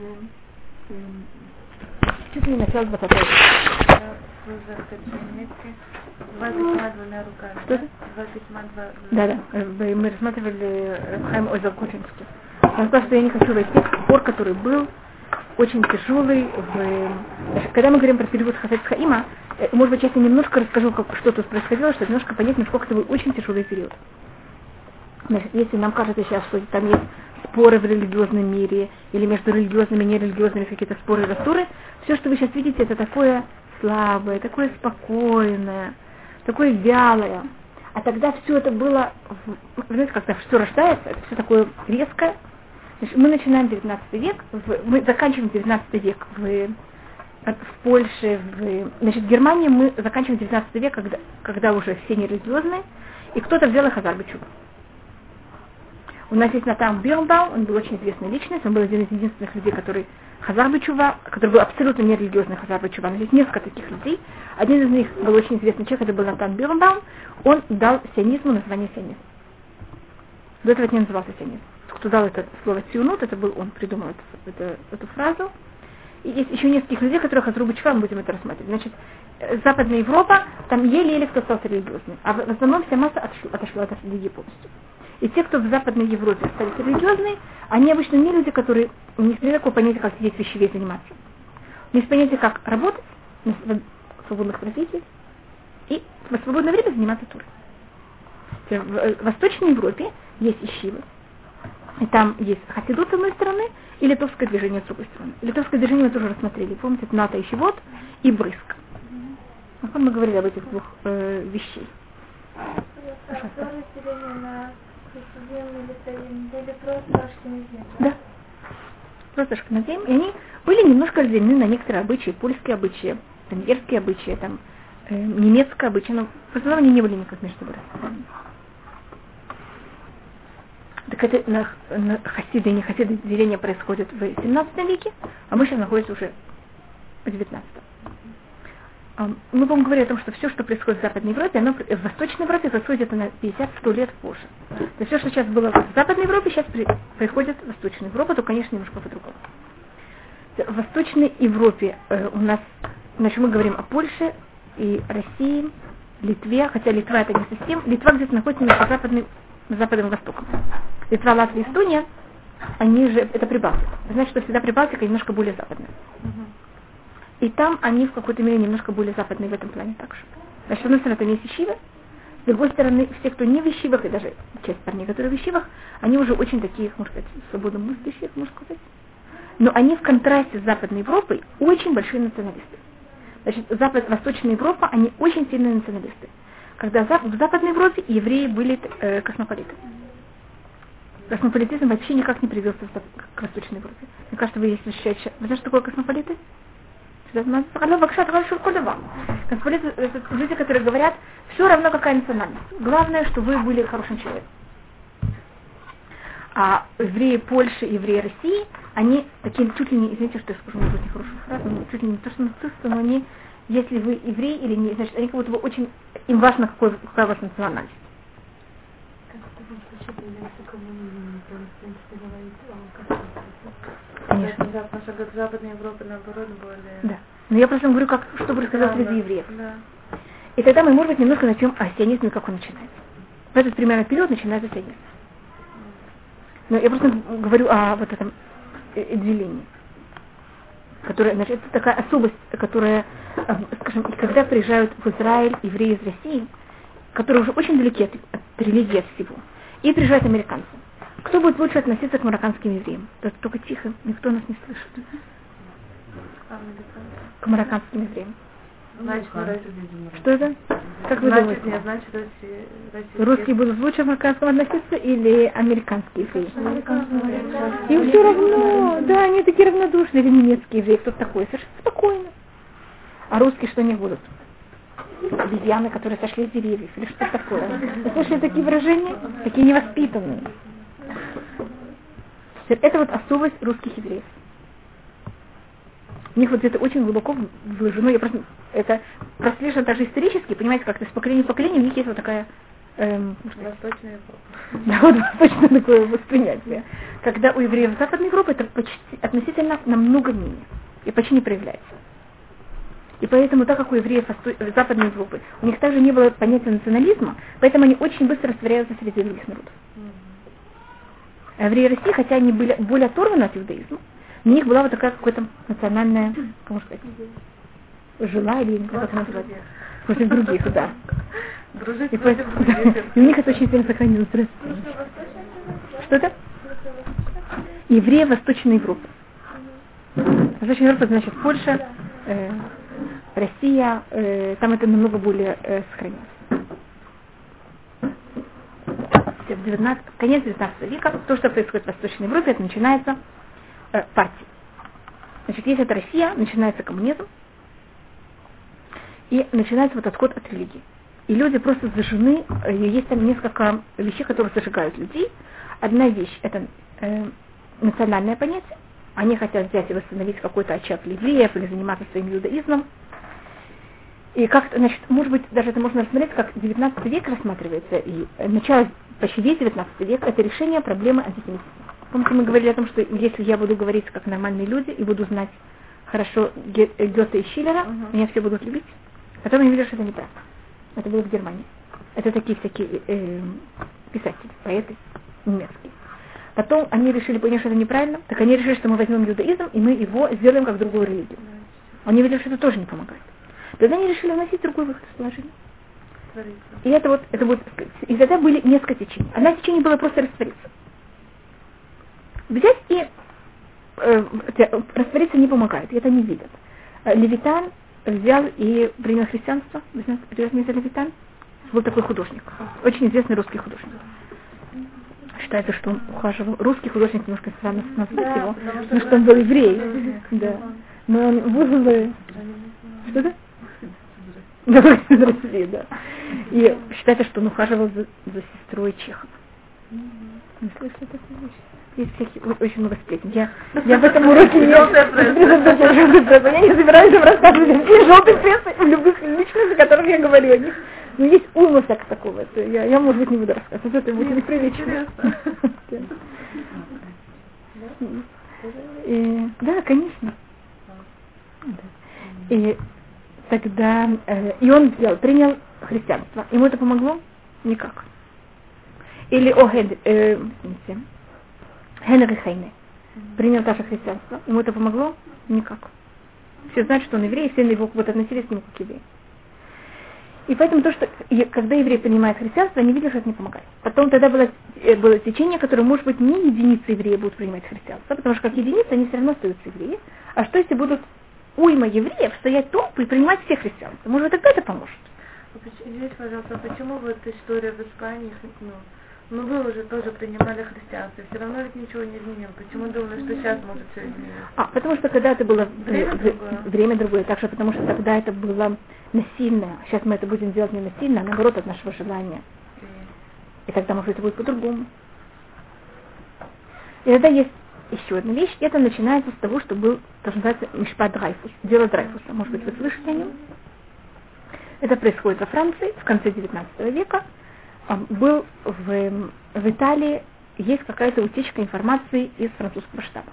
чуть ли не начало 20-го. Что это? Да. Мы рассматривали Хайм Озел Кучинский. Он сказал, что я не хочу войти в спор, который был очень тяжелый. Когда мы говорим про перевод Хафец Хаима, может быть, сейчас я немножко расскажу, что тут происходило, чтобы немножко понять, насколько это был очень тяжелый период. Значит, если нам кажется сейчас, что там есть споры в религиозном мире, или между религиозными и нерелигиозными какие-то споры и рассоры, все, что вы сейчас видите, это такое слабое, такое спокойное, такое вялое. А тогда все это было, знаете, когда все рождается, это все такое резкое. Значит, мы начинаем 19 век, мы заканчиваем 19 век в Польше, значит, в Германии мы заканчиваем 19 век, когда уже все нерелигиозные, и кто-то взял их Хазар б-Тшува. У нас есть Натан Бирнбаум, он был очень известной личностью, он был один из единственных людей, который Хазар б-Тшува, который был абсолютно нерелигиозный Хазар б-Тшува. Но есть несколько таких людей. Один из них был очень известный человек, это был Натан Бирнбаум, он дал сионизму название сионизм. До этого это не назывался сионизм. Кто дал это слово ционут, это был он, придумал эту фразу. И есть еще несколько людей, которые Хазар б-Тшува, мы будем это рассматривать. Значит, Западная Европа, там еле-еле кто стал религиозным, а в основном вся масса отошла от религии полностью. И те, кто в Западной Европе остались религиозные, они обычно не люди, которые у них нет такого понятия, как сидеть в вещеве и заниматься. У них есть понятие, как работать на свободных профессиях и в свободное время заниматься турой. В Восточной Европе есть ишивы, и там есть хасидут с одной стороны и литовское движение с другой стороны. Литовское движение мы тоже рассмотрели, помните, это НАТО и Ишивот и Брыск. Мы говорили об этих двух вещей. Да. Просто ашкеназим. И они были немножко разделены на некоторые обычаи, польские обычаи, венгерские обычаи, немецкие обычаи, но в основном они не были никак между собой рассмотрены. Так это на хасиды и не хасиды деление происходит в 17 веке, а мы сейчас находимся уже в 19. Мы будем говорить о том, что все, что происходит в Западной Европе, оно в Восточной Европе происходит на 50-100 лет позже. То есть все, что сейчас было в Западной Европе, сейчас приходит в Восточную Европу, то, конечно, немножко по-другому. В Восточной Европе у нас, значит, мы говорим о Польше и России, Литве, хотя Литва это не совсем. Литва где-то находится между Западом и Востоком. Литва, Латвия, Эстония, они же, это Прибалтика. Значит, что всегда Прибалтика немножко более западная. И там они в какой-то мере немножко более западные в этом плане также. Значит, с одной стороны, там есть ишивы, с другой стороны, все, кто не в ишивах, и даже часть парней, которые в ишивах, они уже очень такие, можно сказать, свободно мыслящие, можно сказать. Но они в контрасте с Западной Европой очень большие националисты. Значит, Восточная Европа, они очень сильные националисты. Когда в Западной Европе евреи были космополиты. Космополитизм вообще никак не привелся к Восточной Европе. Мне кажется, вы если ощущаете... Вы знаете, что такое космополиты? Космополиты — это люди, которые говорят, все равно какая национальность. Главное, что вы были хорошим человеком. А евреи Польши, евреи России, они такие чуть ли не, извините, что я скажу, может быть, нехорошую фразу, но чуть ли не то, что нацисты, но они, если вы еврей или не, значит, они как будто бы очень, им важно, какая у вас национальность. Конечно. Да, потому что в Западной Европе, наоборот, более... Да. Но я просто говорю, что происходило среди евреев. Да. И тогда мы, может быть, немножко начнем о сионизме, как он начинается. В этот примерно период начинается сионизм. Но я просто говорю о вот этом делении. Которое, значит, это такая особость, которая, скажем, когда приезжают в Израиль евреи из России, которые уже очень далеки от религии, от всего, и приезжают американцы. Кто будет лучше относиться к марокканским евреям? Только тихо, никто нас не слышит. К марокканским евреям. Значит, что это? Как вы думаете? Нет, значит, русские будут лучше к марокканским относиться или американские евреи? Им все равно. Да, они такие равнодушные. Или немецкие евреи, кто такой? Совершенно спокойно. А русские что не будут? Обезьяны, которые сошли с деревьев. Или что такое? Вы слышали такие выражения? Такие невоспитанные. Это вот особость русских евреев. У них вот это очень глубоко вложено, я просто это прослежено даже исторически, понимаете, как-то с поколения в поколение у них есть вот такая Восточная Европа. Да, вот восточное такое восприятие. Когда у евреев Западной Европы это почти относительно намного менее и почти не проявляется. И поэтому, так как у евреев Западной Европы, у них также не было понятия национализма, поэтому они очень быстро растворяются среди других народов. А евреи России, хотя они были более оторваны от иудаизма, у них была вот такая какая-то национальная, как можно сказать, желание, или как это называется, против других, да. Дружить И, против других. и у них это очень сильно сохранилось. Что это? Евреи Восточной Европы. Восточная Европа значит Польша, Россия, там это намного более сохранилось. Конец 19 века, то, что происходит в Восточной Европе, это начинается партия. Значит, если это Россия, начинается коммунизм, и начинается вот отход от религии. И люди просто зажжены, есть там несколько вещей, которые зажигают людей. Одна вещь – это национальное понятие. Они хотят взять и восстановить какой-то очаг евреев или заниматься своим иудаизмом. И как, значит, может быть, даже это можно рассмотреть, как 19 век рассматривается, и начало, почти весь 19 век, это решение проблемы антисемитизма. Помните, мы говорили о том, что если я буду говорить как нормальные люди и буду знать хорошо Гёте и Шиллера, меня все будут любить. Потом я видела, что это неправда. Это было в Германии. Это такие всякие писатели, поэты немецкие. Потом они решили, поняв, что это неправильно, так они решили, что мы возьмем иудаизм, и мы его сделаем как другую религию. Они видели, что это тоже не помогает. Тогда они решили вносить другой выход из положения. И это будет, и тогда были несколько течений. Одно течение было просто раствориться. Взять и раствориться не помогает, и это не видят. Левитан взял и принял христианство. Вы знаете, Левитан? Был такой художник, очень известный русский художник. Считается, что он ухаживал. Русский художник, немножко странно назвать его, но что он был еврей. Да. Но он вызвал... Что-то? Да, из России, да. И считается, что он ухаживал за сестрой Чехова. Не слышали такую вещь? Есть всякие, очень много сплетен. Я в этом уроке не... Я не собираюсь им рассказывать все желтые прессы в любых личностях, о которых я говорю о них. Но есть уйма всякого такого. Я, может быть, не буду рассказывать. Это будет неприлично. Да, конечно. И тогда... И он принял христианство. Ему это помогло? Никак. Или Генри Хейне принял тоже христианство. Ему это помогло? Никак. Все знают, что он еврей, и все его относились к нему как к еврею. И поэтому то, что когда еврей принимает христианство, они видят, что это не помогает. Потом тогда было течение, которое, может быть, не единицы евреев будут принимать христианство, потому что как единицы они все равно остаются евреи. А что если будут уйма евреев стоять толпы и принимать все христианства? Может быть, тогда это поможет? Извините, пожалуйста, почему вот история в Испании, вы уже тоже принимали христианство, все равно ведь ничего не изменилось. Почему думали, что сейчас может все измениться? Потому что тогда это было время другое. Так что потому что тогда это было насильно. Сейчас мы это будем делать не насильно, а наоборот от нашего желания. И тогда, может, это будет по-другому. И тогда есть еще одна вещь. Это начинается с того, что был, то, что называется, Мишпат Дрейфус. Дело Дрейфуса. Может быть, вы слышите о нем? Это происходит во Франции в конце 19 века. Был в Италии, есть какая-то утечка информации из французского штаба.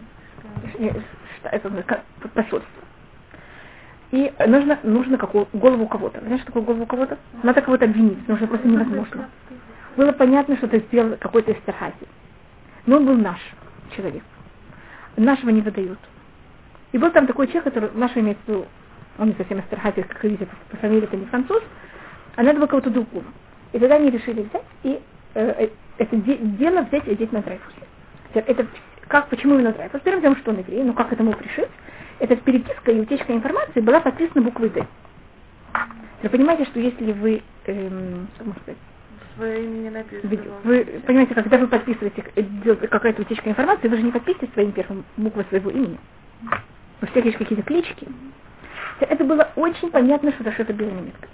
Это посольство. И нужно голову кого-то. Знаешь, что такое голову кого-то? Надо кого-то обвинить, потому что просто невозможно. Было понятно, что это сделал какой-то Эстерхази. Но он был наш человек. Нашего не выдают. И был там такой человек, который нашего имеется в виду, он не совсем Эстерхази, как вы видите, по фамилии это не француз, а надо было кого-то другого. И тогда они решили взять и это дело взять и одеть на Дрейфуса. Это почему именно Дрейфус? Первым делом, что он еврей, но как этому пришить? Эта переписка и утечка информации была подписана буквой «Д». Вы понимаете, что если вы, как можно сказать, свое имя не написано. Вы понимаете, когда вы подписываете какая-то утечка информации, вы же не подписываете своим первым буквой своего имени. У всех есть какие-то клички. Это было очень понятно, что это что-то белонемецкое.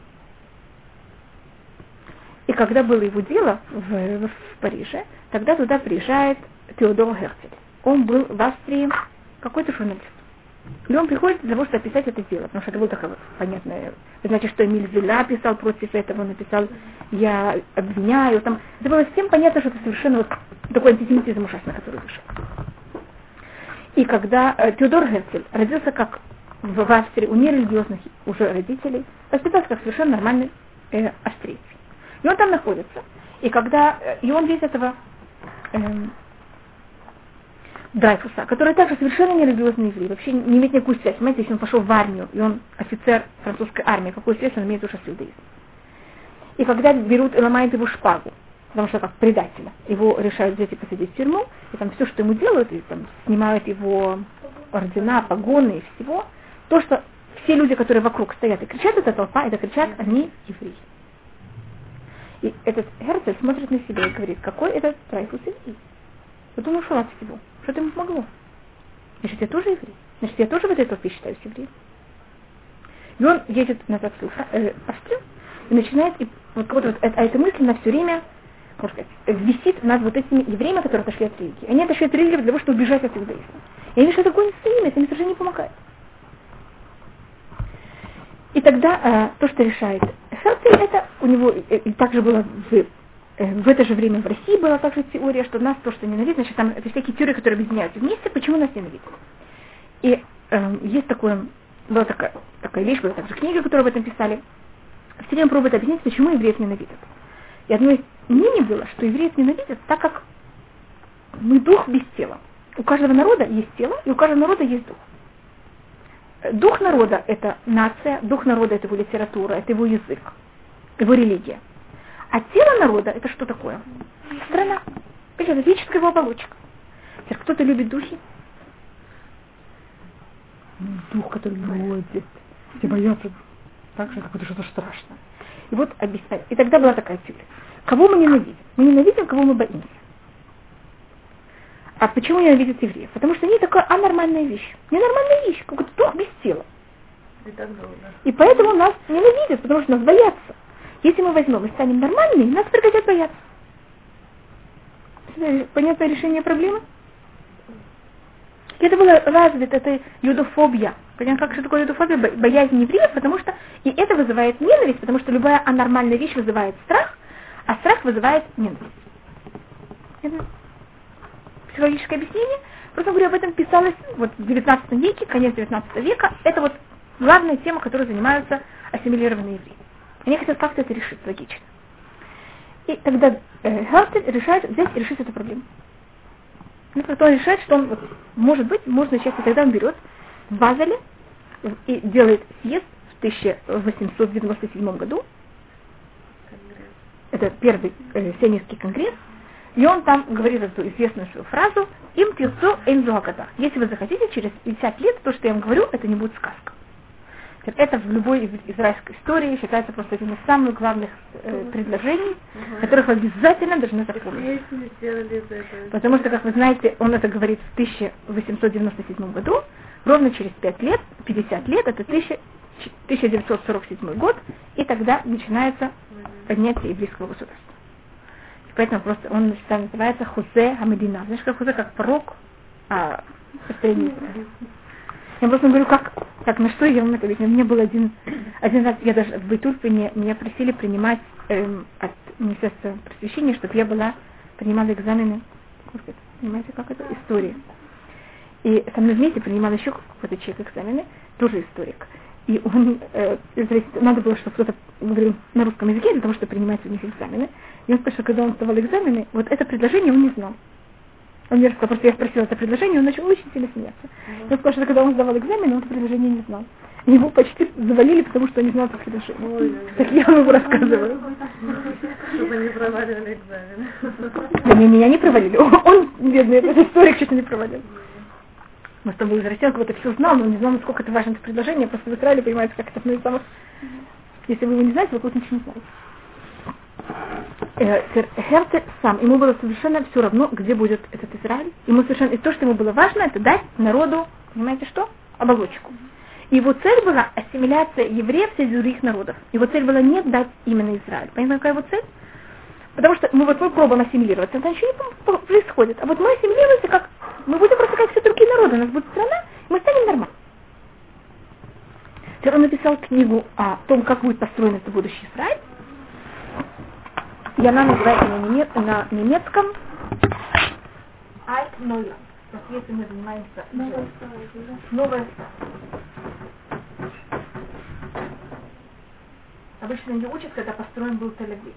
И когда было его дело в Париже, тогда туда приезжает Теодор Герцель. Он был в Австрии какой-то журналист. И он приходит для того, чтобы описать это дело, потому что это было такое вот понятное. Вы знаете, что Эмиль Золя писал против этого, он написал «Я обвиняю». Там, это было всем понятно, что это совершенно вот такой антисемитизм ужасный, который вышел. И когда Теодор Герцель родился как в Австрии, у нерелигиозных уже родителей, воспитался как совершенно нормальный австриец. И он там находится. И он весь этого Драйфуса, который также совершенно нерелигиозный еврей, вообще не имеет никакую связь. Понимаете, если он пошел в армию, и он офицер французской армии, какую связь он имеет уже с иудаизмом. И когда берут и ломают его шпагу, потому что как предателя, его решают взять и посадить в тюрьму, и там все, что ему делают, и там снимают его ордена, погоны и всего, то, что все люди, которые вокруг стоят и кричат, эта толпа, это кричат они евреи. И этот Герцель смотрит на себя и говорит, какой этот Драйфус еврей. Вот он ушел от всего. Что-то ему помогло. Значит, я тоже еврей. Значит, я тоже в этой толпе считаюсь евреем. И он едет назад в Австрию и начинает, и вот, эта мысль на все время, можно сказать, висит над вот этими евреями, которые отошли от религии. Они отошли от религии для того, чтобы убежать от иудаизма. И они что такое с ними, это им совершенно не помогает. И тогда то, что решает Герцель, это у него и также было в это же время в России была также теория, что нас то, что ненавидят, значит, там это всякие теории, которые объединяются вместе, почему нас ненавидят. И есть была такая вещь, была также книга, которую об этом писали, все время пробуют объяснить, почему евреев ненавидят. И одно из мнений было, что евреев ненавидят, так как мы дух без тела. У каждого народа есть тело, и у каждого народа есть дух. Дух народа – это нация, дух народа – это его литература, это его язык, его религия. А тело народа – это что такое? Страна. Это физическая его оболочка. Теперь кто-то любит духи? Дух, который бродит. Все боятся так же, как это что-то страшное. И вот объясняют. И тогда была такая теория. Кого мы ненавидим? Мы ненавидим, кого мы боимся. А почему ненавидят евреев? Потому что они такая анормальная вещь. Ненормальная вещь, какой-то дух без тела. И поэтому нас ненавидят, потому что нас боятся. Если мы возьмем и станем нормальными, нас прекратят бояться. Понятное решение проблемы? И это было развито, это юдофобия. Понятно, как же такое юдофобия? Боязнь евреев, потому что и это вызывает ненависть, потому что любая анормальная вещь вызывает страх, а страх вызывает ненависть. Это психологическое объяснение. Просто говорю, об этом писалось вот в 19 веке, конец 19 века. Это вот главная тема, которой занимаются ассимилированные евреи. Они хотят как-то это решить логично. И тогда Герцель решает взять и решить эту проблему. Он решает, что он, может быть, можно сейчас, и тогда он берет в Базеле и делает съезд в 1897 году. Это первый Сионистский конгресс. И он там говорит эту известную свою фразу «Им тирцу эйн зо агада». Если вы захотите, через 50 лет то, что я вам говорю, это не будет сказка. Это в любой израильской истории считается просто одним из самых главных предложений, которых вы обязательно должны запомнить. Потому что, как вы знаете, он это говорит в 1897 году, ровно через 50 лет, это 1947 год, и тогда начинается поднятие еврейского государства. И поэтому просто он там называется Хозе Хамедина. Знаешь, как Хозе, как пророк, построение Израиля. Я просто говорю, как на что я вам это объясню. Мне был один раз, я даже в Бейтульпе меня просили принимать от Министерства просвещения, чтобы я принимала экзамены, понимаете, как это, история. И со мной вместе принимал еще какой-то человек экзамены, тоже историк. И он, надо было, чтобы кто-то говорил на русском языке, для того, чтобы принимать у них экзамены. И он сказал, что когда он сдавал экзамены, вот это предложение он не знал. Он мне рассказал, просто я спросила это предложение, он начал очень сильно смеяться. Он сказал, что когда он сдавал экзамен, он это предложение не знал. Его почти завалили, потому что он не знал это предложение. Так я вам его рассказываю. Чтобы не проваливали экзамен. Меня не провалили. Он, бедный, этот историк, честно не провалил. Мы с тобой из России, кто-то все знал, но не знал, насколько это важно это предложение. Просто в Израиле, понимаете, как это одно из самых... Если вы его не знаете, вы тут ничего не знаете. Герцель сам, ему было совершенно все равно, где будет этот Израиль. Ему совершенно, и то, что ему было важно, это дать народу, понимаете что? Оболочку. И его цель была ассимиляция евреев среди других народов. Его цель была не дать именно Израиль. Понимаете, какая его цель? Потому что мы пробуем ассимилироваться, это ничего не происходит. А вот мы ассимилируемся, как мы будем просто как все другие народы, у нас будет страна, и мы станем нормальными. Теперь он написал книгу о том, как будет построен этот будущий Израиль. И она называется на немецком Alt Neuland. Если мы занимаемся новое старое. Обычно не учат, когда построен был Тель-Авив.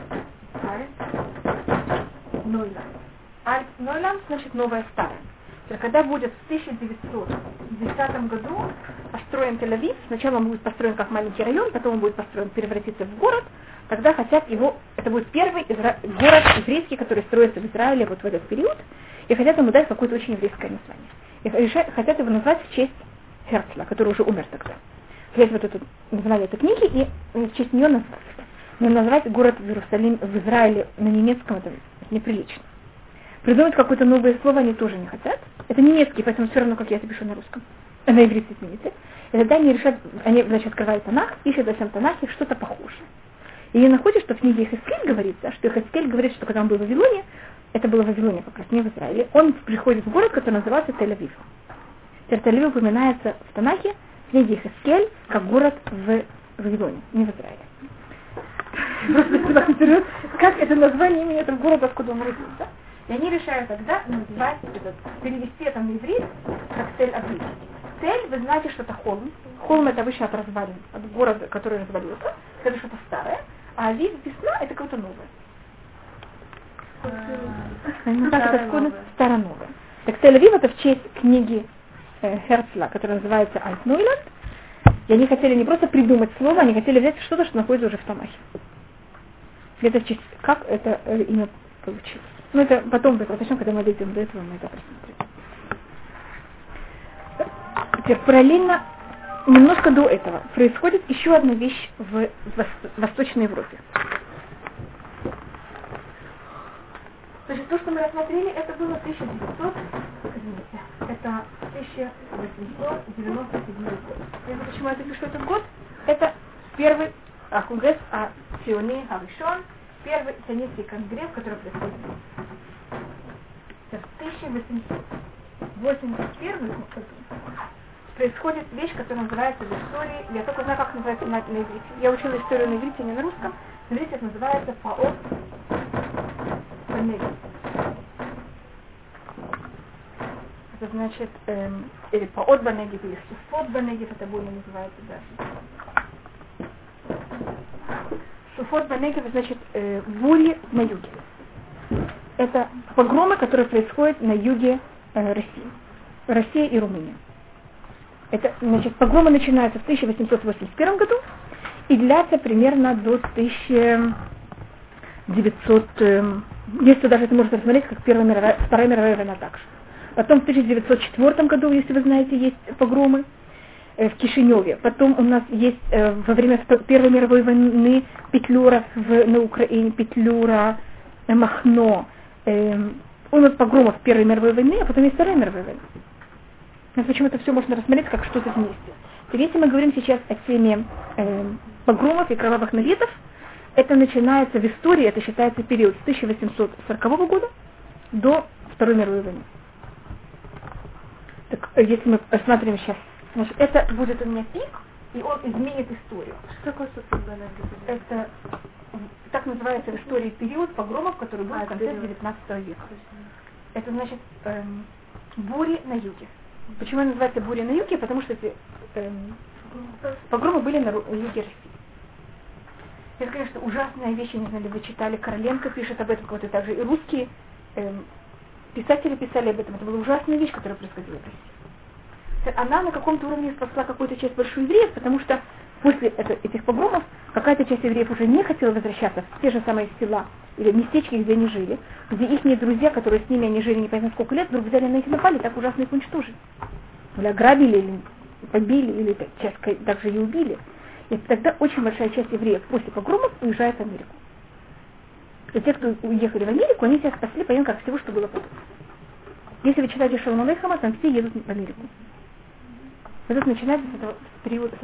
Alt Neuland. Alt Neuland значит новое старое. Когда будет в 1910 году построен Тель-Авив, сначала он будет построен как маленький район, потом он будет построен, превратиться в город, тогда хотят его, это будет первый город еврейский, который строится в Израиле вот в этот период, и хотят ему дать какое-то очень еврейское название. И хотят его назвать в честь Херцля, который уже умер тогда. Взять вот это название этой книги и в честь нее назвать. Но назвать город Иерусалим в Израиле на немецком это неприлично. Придумать какое-то новое слово они тоже не хотят. Это немецкий, поэтому все равно, как я это пишу на русском. На иврите, извините. И тогда они решают, они, значит, открывают Танах, ищут во всем Танахе что-то похожее. И они находят, что в книге Ихескель говорится, что Ихескель говорит, что когда он был в Вавилоне, это было в Вавилоне как раз, не в Израиле, он приходит в город, который называется Тель-Авив. Тель-Авив упоминается в Танахе, в книге Ихескель, как город в Вавилоне, не в Израиле. Просто интересно, как это название имени этого города, откуда он родился. И они решают тогда назвать, перевести это на иврит, как Тель-Авив. Тель, вы знаете, что это холм. Холм это обычно от развалин, от города, который развалился. Это что-то старое. А Авив, весна, это какое-то новое. Старо-новое. Так Тель-Авив это в честь книги Херцля, которая называется Alt Neuland. И они хотели не просто придумать слово, они хотели взять что-то, что находится уже в Танахе. Это в честь, как это имя получилось. Ну это потом, зачем, когда мы дойдем до этого, мы это посмотрим. Теперь параллельно, немножко до этого, происходит еще одна вещь в Восточной Европе. Значит, то, что мы рассмотрели, это было 1897 год. И почему я пишу этот год? Это первый конгресс Сиони Харишон, первый сионистский конгресс, который происходит в 1881 году. Происходит вещь, которая называется в истории, я только знаю, как называется на иврите. Я учила историю на иврите, не на русском. На иврите это называется Паот Банегев. Это значит, или Паот Банегев, или Суфот Банегев, это более называется даже. Суфот Банегев значит бури на юге. Это погромы, которые происходят на юге России. Россия и Румыния. Это, значит, погромы начинаются в 1881 году и длятся примерно до 1900, если даже это можно рассмотреть, как Вторая мировая война также. Потом в 1904 году, если вы знаете, есть погромы в Кишиневе. Потом у нас есть во время Первой мировой войны Петлюра на Украине, Петлюра, Махно. У нас погромов Первой мировой войны, а потом есть Вторая мировая война. Почему это все можно рассмотреть как что-то вместе. Теперь, если мы говорим сейчас о теме погромов и кровавых налетов, это начинается в истории, это считается период с 1840 года до Второй мировой войны. Так, если мы посмотрим сейчас, значит, это будет у меня пик, и он изменит историю. Что такое субтитры? Это так называется в истории период погромов, который был в конце 19 века. Это значит бури на юге. Почему они называются бури на юге? Потому что эти погромы были на юге России. Это, конечно, ужасная вещь, не знаю, ли вы читали, Короленко пишет об этом, какой-то также и русские писатели писали об этом. Это была ужасная вещь, которая происходила в России. Она на каком-то уровне спасла какую-то часть большую евреев, потому что после этих погромов какая-то часть евреев уже не хотела возвращаться в те же самые села или местечки, где они жили, где их друзья, которые с ними они жили не понятно сколько лет, вдруг взяли на них напали, так ужасно их уничтожили. Или ограбили, или побили, или часть также и убили. И тогда очень большая часть евреев после погромов уезжает в Америку. И те, кто уехали в Америку, они себя спасли, понятно, как всего, что было потом. Если вы читаете Шалом Алейхама, там все едут в Америку. Это начинается с этого периода.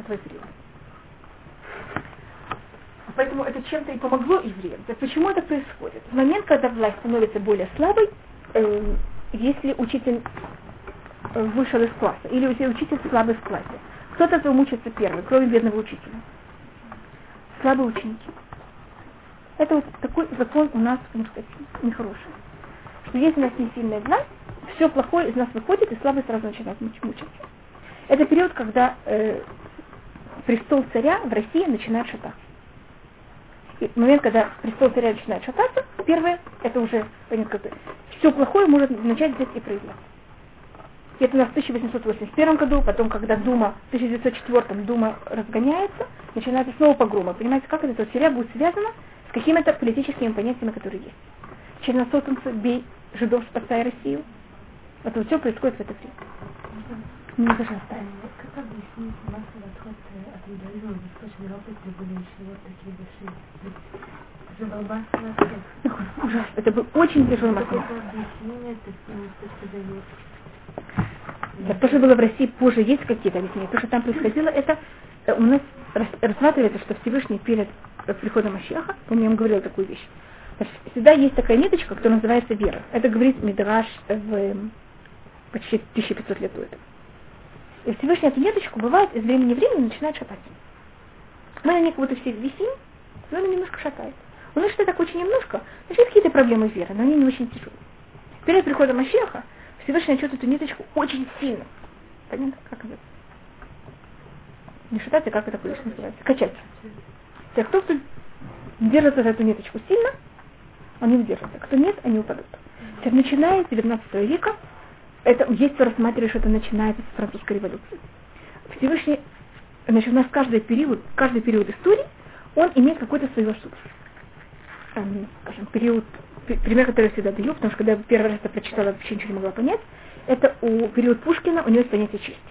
Поэтому это чем-то и помогло евреям. Почему это происходит? В момент, когда власть становится более слабой, если учитель вышел из класса, или если учитель слабый в классе, Кто от этого мучается первый, кроме бедного учителя? Слабые ученики. Это вот такой закон у нас, можно сказать, нехороший. Что если у нас не сильная власть, все плохое из нас выходит, и слабые сразу начинают мучиться. Это период, когда престол царя в России начинает шататься. И в момент, когда престол царя начинает шататься, первое, это уже, понятно, все плохое может начать здесь и проявляться. И это у нас в 1881 году, потом, когда Дума, в 1904 Дума разгоняется, начинается снова погромы. Понимаете, как это царя будет связано с какими-то политическими понятиями, которые есть. Черносотенцы, бей жидов, спасай Россию. Это все происходит в это время. Мне пожалуйста. Как объяснить массовый отход от иудаизма в Восточной Европе, где были еще вот такие большие? Это был массовый отход. Ужасно. Это был очень тяжелый массовый отход. Какое объяснение, то дает? То, что было в России позже, есть какие-то объяснения. То, что там происходило, это у нас рассматривается, что Всевышний перед приходом Машиаха, помню, я вам говорила такую вещь. Всегда есть такая ниточка, которая называется вера. Это говорит Мидраш в почти 1500 лет до этого. И Всевышний эту ниточку бывает из времени в время начинает шатать. Мы на ней как будто все висим, но она немножко шатает. Он что так очень немножко, значит, какие-то проблемы веры, но они не очень тяжелые. Перед приходом Машиаха Всевышний начнет эту ниточку очень сильно. Понятно? Как это? Не шатать, а как это по-русски называется? Качать. Те, кто держится за эту ниточку сильно, они удержатся. Кто нет, они упадут. Теперь, начиная с 19 века, это, есть кто рассматривает, что это начинается с французской революции. Всевышний, значит, у нас каждый период истории, он имеет какой-то свой особый. Скажем, пример, который я всегда даю, потому что когда я первый раз это прочитала, вообще ничего не могла понять, это у период Пушкина, у него есть понятие чести.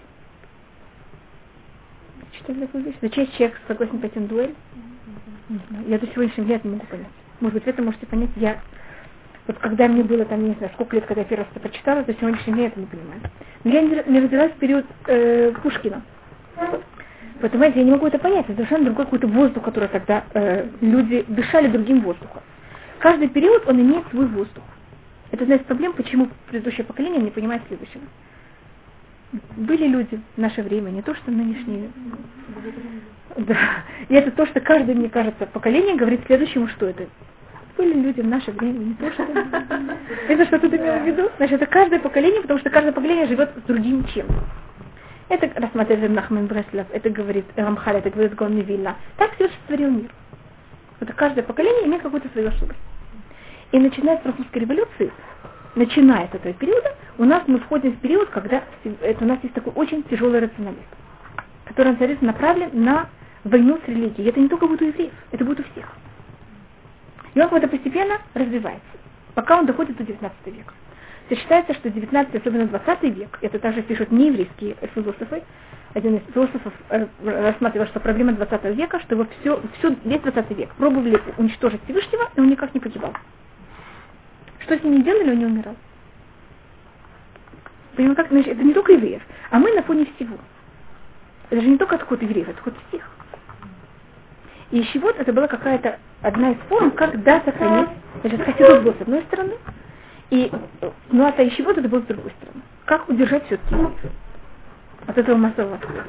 Читали такую вещь? За честь человек согласен пойти на дуэль? Не знаю. Я до сегодняшнего дня это не могу понять. Может быть, вы это можете понять. Вот когда мне было там, не знаю, сколько лет, когда я первый раз это прочитала, до сегодняшнего дня я это не понимаю. Но я не родилась в период Пушкина. Поэтому я не могу это понять. Это совершенно другой какой-то воздух, который тогда люди дышали другим воздухом. Каждый период, он имеет свой воздух. Это одна из проблем, почему предыдущее поколение не понимает следующего. Были люди в наше время, не то, что нынешние. Да. И это то, что каждое, мне кажется, поколение говорит следующему, что это. Были люди в наше время, не то, что... Это что тут имел в виду? Значит, это каждое поколение, потому что каждое поколение живет с другим чем-то. Это рассматривает Нахман Бреслов, это говорит Рамхаль, это говорит Гаон Мивильна. Так все сотворил мир. Это каждое поколение имеет какую-то свою особенность. И начиная с французской революции, начиная с этого периода, у нас мы входим в период, когда у нас есть такой очень тяжелый рационализм, который направлен на войну с религией. И это не только будет у евреев, это будет у всех. И он как-то постепенно развивается, пока он доходит до 19 века. Считается, что 19, особенно 20 век, это также пишут нееврейские философы, один из философов рассматривал, что проблема 20 века, что его весь 20 век пробовали уничтожить Всевышнего, и он никак не погибал. Что с ним не делали, он не умирал. Понимаете, как? Значит, это не только евреев, а мы на фоне всего. Это же не только отход евреев, это отход всех. И щевот это была какая-то одна из форм, как сохранить. Значит, хасидут был с одной стороны, ну а щевот это был с другой стороны. Как удержать все-таки от этого массового отхода.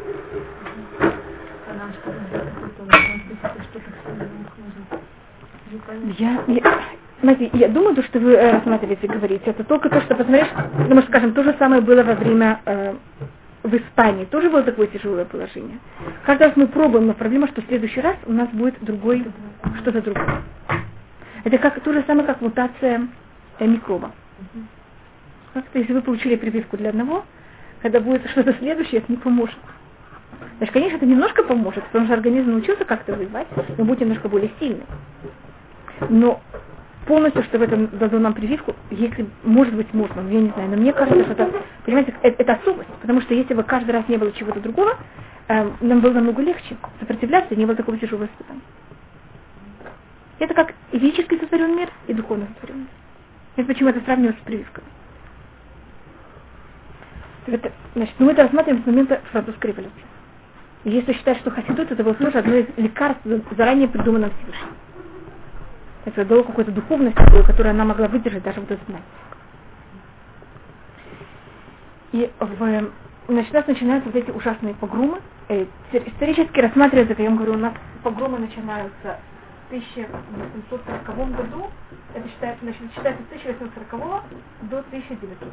Я думаю, то, что вы рассматриваете и говорите, это только то, что посмотришь, ну, скажем, то же самое было во время в Испании, тоже было такое тяжелое положение. Каждый раз мы пробуем, но проблема, что в следующий раз у нас будет что-то другое. Это то же самое, как мутация микроба. Как-то, если вы получили прививку для одного, когда будет что-то следующее, это не поможет. Значит, конечно, это немножко поможет, потому что организм научился как-то воевать, он будет немножко более сильный. Но полностью, что в этом дадут нам прививку, если, может быть, можно, я не знаю, но мне кажется, что это, понимаете, это особость, потому что если бы каждый раз не было чего-то другого, нам было намного легче сопротивляться, и не было такого тяжелого испытания. Это как и физически сотворен мир, и духовно сотворен мир. Это почему это сравнивать с прививкой. Это, значит, мы это рассматриваем с момента французской революции. И если считать, что хасидут, это было тоже одно из лекарств, заранее придуманного Всевышним. Это дало какую-то духовность, которую она могла выдержать даже в 20 веке. И значит, у нас начинаются вот эти ужасные погромы, исторически рассматривается, как я вам говорю, у нас погромы начинаются в 1840 году, это считается с 1840 до 1940.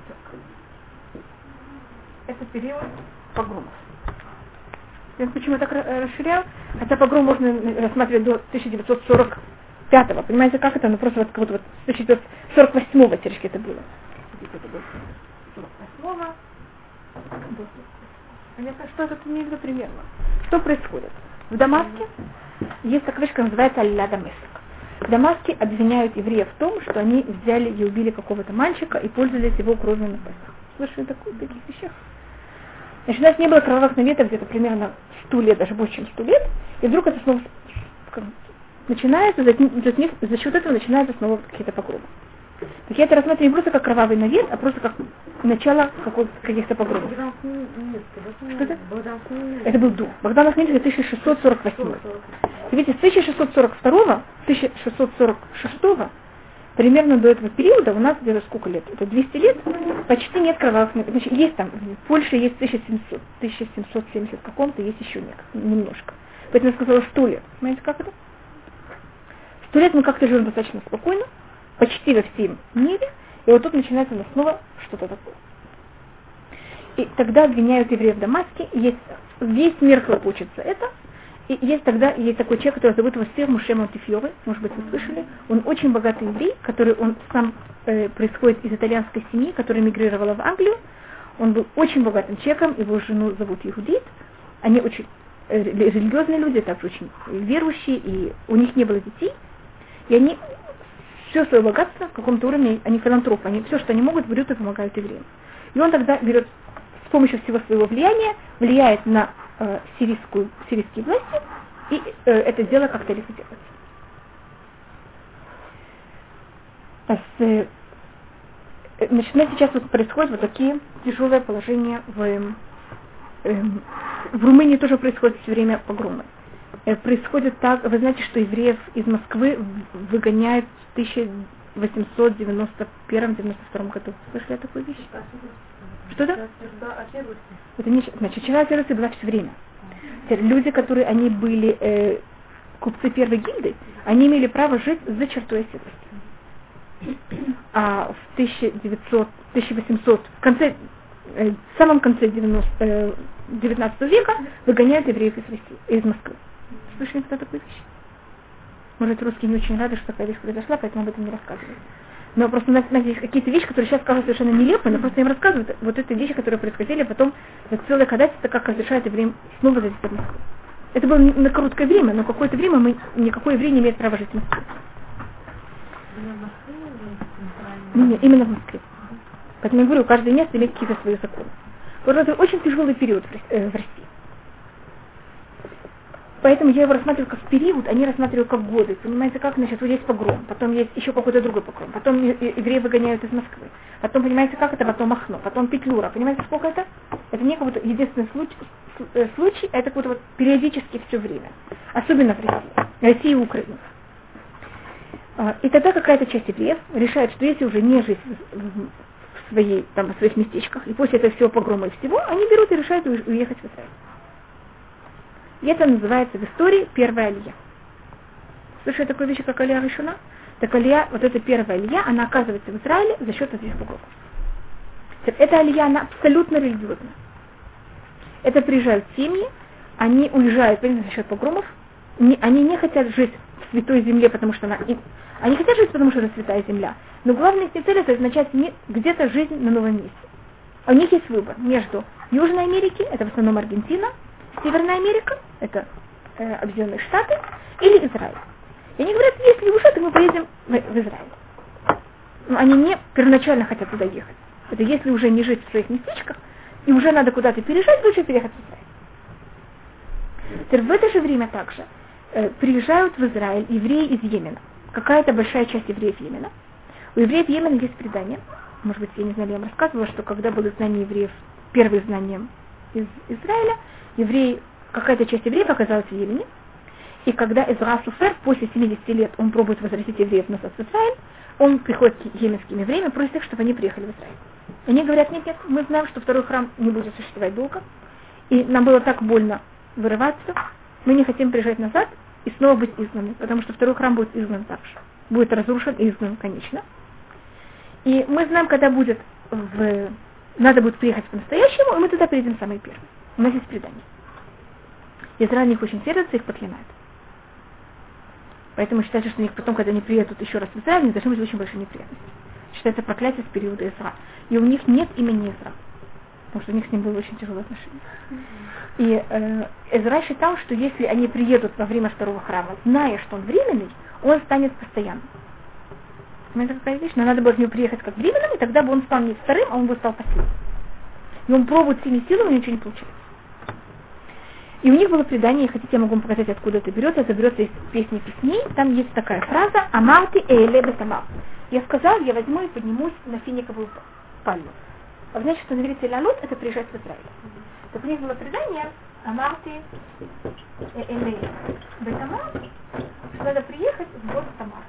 Это период погромов. Почему я так расширяю? Хотя погром можно рассматривать до 1945-го. Понимаете, как это? Ну просто вот, как будто вот с 1948-го теоретически это было. Это было 48-го до 48-го. Понятно, что это имеет в виду примерно? Что происходит? В Дамаске есть такая вещь, которая называется аль-ля Дамаск. В Дамаске обвиняют евреев в том, что они взяли и убили какого-то мальчика и пользовались его кровью на Песах. Слышали таких вещах? Значит, у нас не было кровавых наветов где-то примерно 100 лет, даже больше, чем 100 лет, и вдруг это снова начинается, за счет этого начинаются снова какие-то погромы. Так я это рассматриваю не просто как кровавый навет, а просто как начало каких-то погромов. Что это? Это был до. Богдан Ахмельский 1648. Видите, с 1642 1646 примерно до этого периода у нас где-то сколько лет? Это 200 лет, почти нет кровавых наветов. Значит, есть там, в Польше есть 1770 каком-то, есть еще немножко. Поэтому я сказала 100 лет. Понимаете, как это? 100 лет мы как-то живем достаточно спокойно, почти во всем мире, и вот тут начинается у нас снова что-то такое. И тогда обвиняют евреев в Дамаске, и есть, весь мир хлопочется это, и есть такой человек, который зовут Васир Муше Монтефьоре, может быть, вы слышали, он очень богатый еврей, он сам происходит из итальянской семьи, которая эмигрировала в Англию, он был очень богатым человеком, его жену зовут Егудит, они очень религиозные люди, также очень верующие, и у них не было детей, и они все свое богатство в каком-то уровне, они филантропы, они все, что они могут, берут и помогают евреям. И он тогда берет с помощью всего своего влияния, влияет на сирийские власти, и это дело как-то ликвидируется. Значит, у нас сейчас вот происходят вот такие тяжелые положения в Румынии тоже происходит все время погромы. Происходит так, вы знаете, что евреев из Москвы выгоняют в 1891-92 году. Слышали о такой вещи? Что-то? Это не, значит, черта Руси была все время. Люди, которые они были купцы первой гильдии, они имели право жить за чертой оседлости. А в 1800, в самом конце 19 века выгоняют евреев из Москвы. Слышали кто такую вещь? Может, русские не очень рады, что такая вещь произошла, поэтому об этом не рассказывают. Но просто у нас есть какие-то вещи, которые сейчас кажутся совершенно нелепыми, но просто им рассказывают вот эти вещи, которые происходили, а потом целое ходатайство, как разрешает евреям снова жить в Москву. Это было на короткое время, но какое-то время никакой еврей не имеет права жить в Москве. Нет, именно в Москве. Поэтому я говорю, каждое место имеет какие-то свои законы. Вот это очень тяжелый период в России. Поэтому я его рассматриваю как период, они рассматривают как годы. Понимаете, как, значит, вот есть погром, потом есть еще какой-то другой погром, потом евреи выгоняют из Москвы, потом, понимаете, как это, потом Махно, потом Петлюра. Понимаете, сколько это? Это не какой-то единственный случай, это какой-то вот периодически все время. Особенно в России и Украине. И тогда какая-то часть евреев решает, что если уже не жить в своих местечках, и после этого всего погрома и всего, они берут и решают уехать в Израиль. И это называется в истории первая алия. Слышали такую вещь, как алия Ришуна? Так алия, вот эта первая алия, она оказывается в Израиле за счет этих погромов. Эта алия, она абсолютно религиозная. Это приезжают семьи, они уезжают за счет погромов, они не хотят жить в святой земле, потому что они хотят жить, потому что это святая земля. Но главная их цель — это означает где-то жизнь на новом месте. А у них есть выбор между Южной Америкой, это в основном Аргентина, Северная Америка, это Объединенные Штаты, или Израиль. И они говорят, если уже, то мы поедем в Израиль. Но они не первоначально хотят туда ехать. Это если уже не жить в своих местечках, и уже надо куда-то переезжать, лучше переехать в Израиль. Теперь в это же время также приезжают в Израиль евреи из Йемена. Какая-то большая часть евреев Йемена. У евреев Йемена есть предание. Может быть, я не знаю, я вам рассказывала, что когда было изгнание евреев, первое изгнание из Израиля, какая-то часть евреев оказалась в Йемене. И когда Эзра Суфер после 70 лет он пробует возвратить евреев назад в Израиль, он приходит к йеменским евреям и просит их, чтобы они приехали в Израиль. Они говорят, нет, мы знаем, что второй храм не будет существовать долго. И нам было так больно вырываться, мы не хотим приезжать назад и снова быть изгнаны, потому что второй храм будет изгнан также. Будет разрушен и изгнан, конечно. И мы знаем, когда надо будет приехать по-настоящему, и мы туда приедем самые первые. У нас есть предание. Израиль них очень сердится, их проклинает. Поэтому считается, что у них потом, когда они приедут еще раз в Израиль, у них должны быть очень большие неприятности. Считается проклятие с периода Изра. И у них нет имени Изра. Потому что у них с ним было очень тяжелое отношение. И Эзра считал, что если они приедут во время второго храма, зная, что он временный, он станет постоянным. Это какая вещь, но надо было к нему приехать как временным, и тогда бы он стал не вторым, а он бы стал последним. И он пробует всеми силами, но ничего не получается. И у них было предание, и хотите, я могу вам показать, откуда это берется из песни песней. Там есть такая фраза «Амарти эйле бетамар». Я сказал, я возьму и поднимусь на финиковую пальму. А значит, что на иврите лалут это приезжать в Израиль. Так у них было предание «Амарти эйле бетамар», что надо приехать в город Тамар.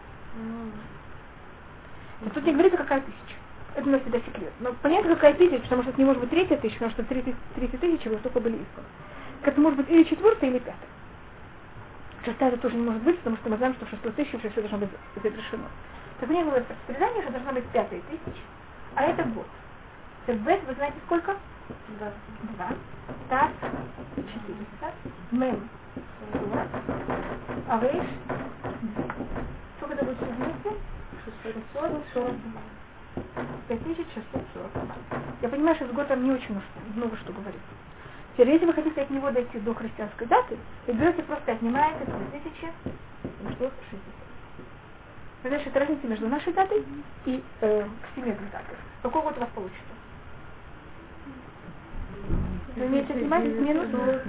И тут не говорится, какая тысяча. Это у нас всегда секрет. Но понятно, какая тысяча, потому что это не может быть 3 тысяча, потому что 3 тысячи вот только были изгнаны. Это может быть или 4 или 5. 6 это тоже не может быть, потому что мы знаем, что в 6 тысячи уже все должно быть завершено. Так у них было предание, что должна быть 5 тысяча, а это год. Бет, вы знаете сколько? 2. Тас 400. Мем 40. А Рейш? Сколько это будет все вместе? 640. 5640. Я понимаю, что с годом не очень много что говорит. Теперь, если вы хотите от него дойти до христианской даты, вы берете просто отнимаете 2660. Значит, это разница между нашей датой и всемирной датой. Какой год у вас получится? Вы имеете отнимать минус 8.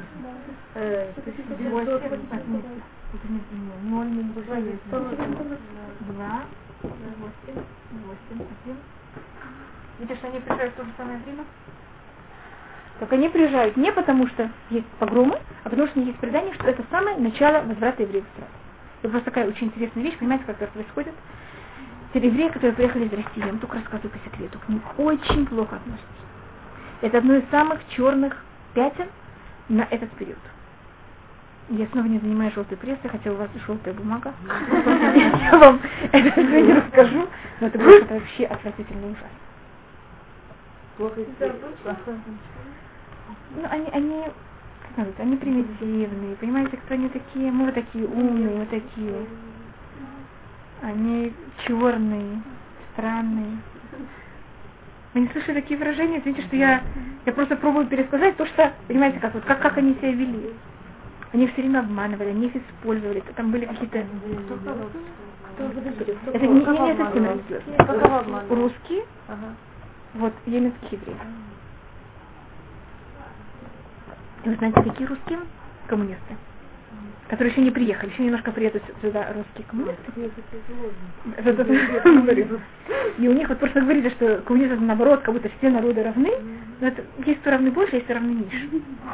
Видите, что они приезжают в то же самое время? Только они приезжают не потому, что есть погромы, а потому что есть предание, что это самое начало возврата евреев в Израиль. Это просто такая очень интересная вещь, понимаете, как это происходит? Те евреи, которые приехали из России, я вам только рассказываю по секрету, к ним очень плохо относятся. Это одно из самых черных пятен на этот период. Я снова не занимаюсь желтой прессой, хотя у вас желтая бумага. Я вам это все не расскажу, но это будет вообще отвратительно ужасно. Плохо ну, они примитивные, понимаете, кто они такие, мы вот такие умные, вот такие. Они черные, странные. Вы не слышали такие выражения? Извините, что я просто пробую пересказать то, что, понимаете, как они себя вели. Они все время обманывали, они их использовали, там были какие-то... Это не совсем русские, вот, еменские евреи. И вы знаете, какие русские? Коммунисты. Которые еще не приехали, еще немножко приедут сюда русские коммунисты. И у них вот просто говорили, что коммунизм наоборот, как будто все народы равны, но это, есть кто равны больше, есть кто равны меньше.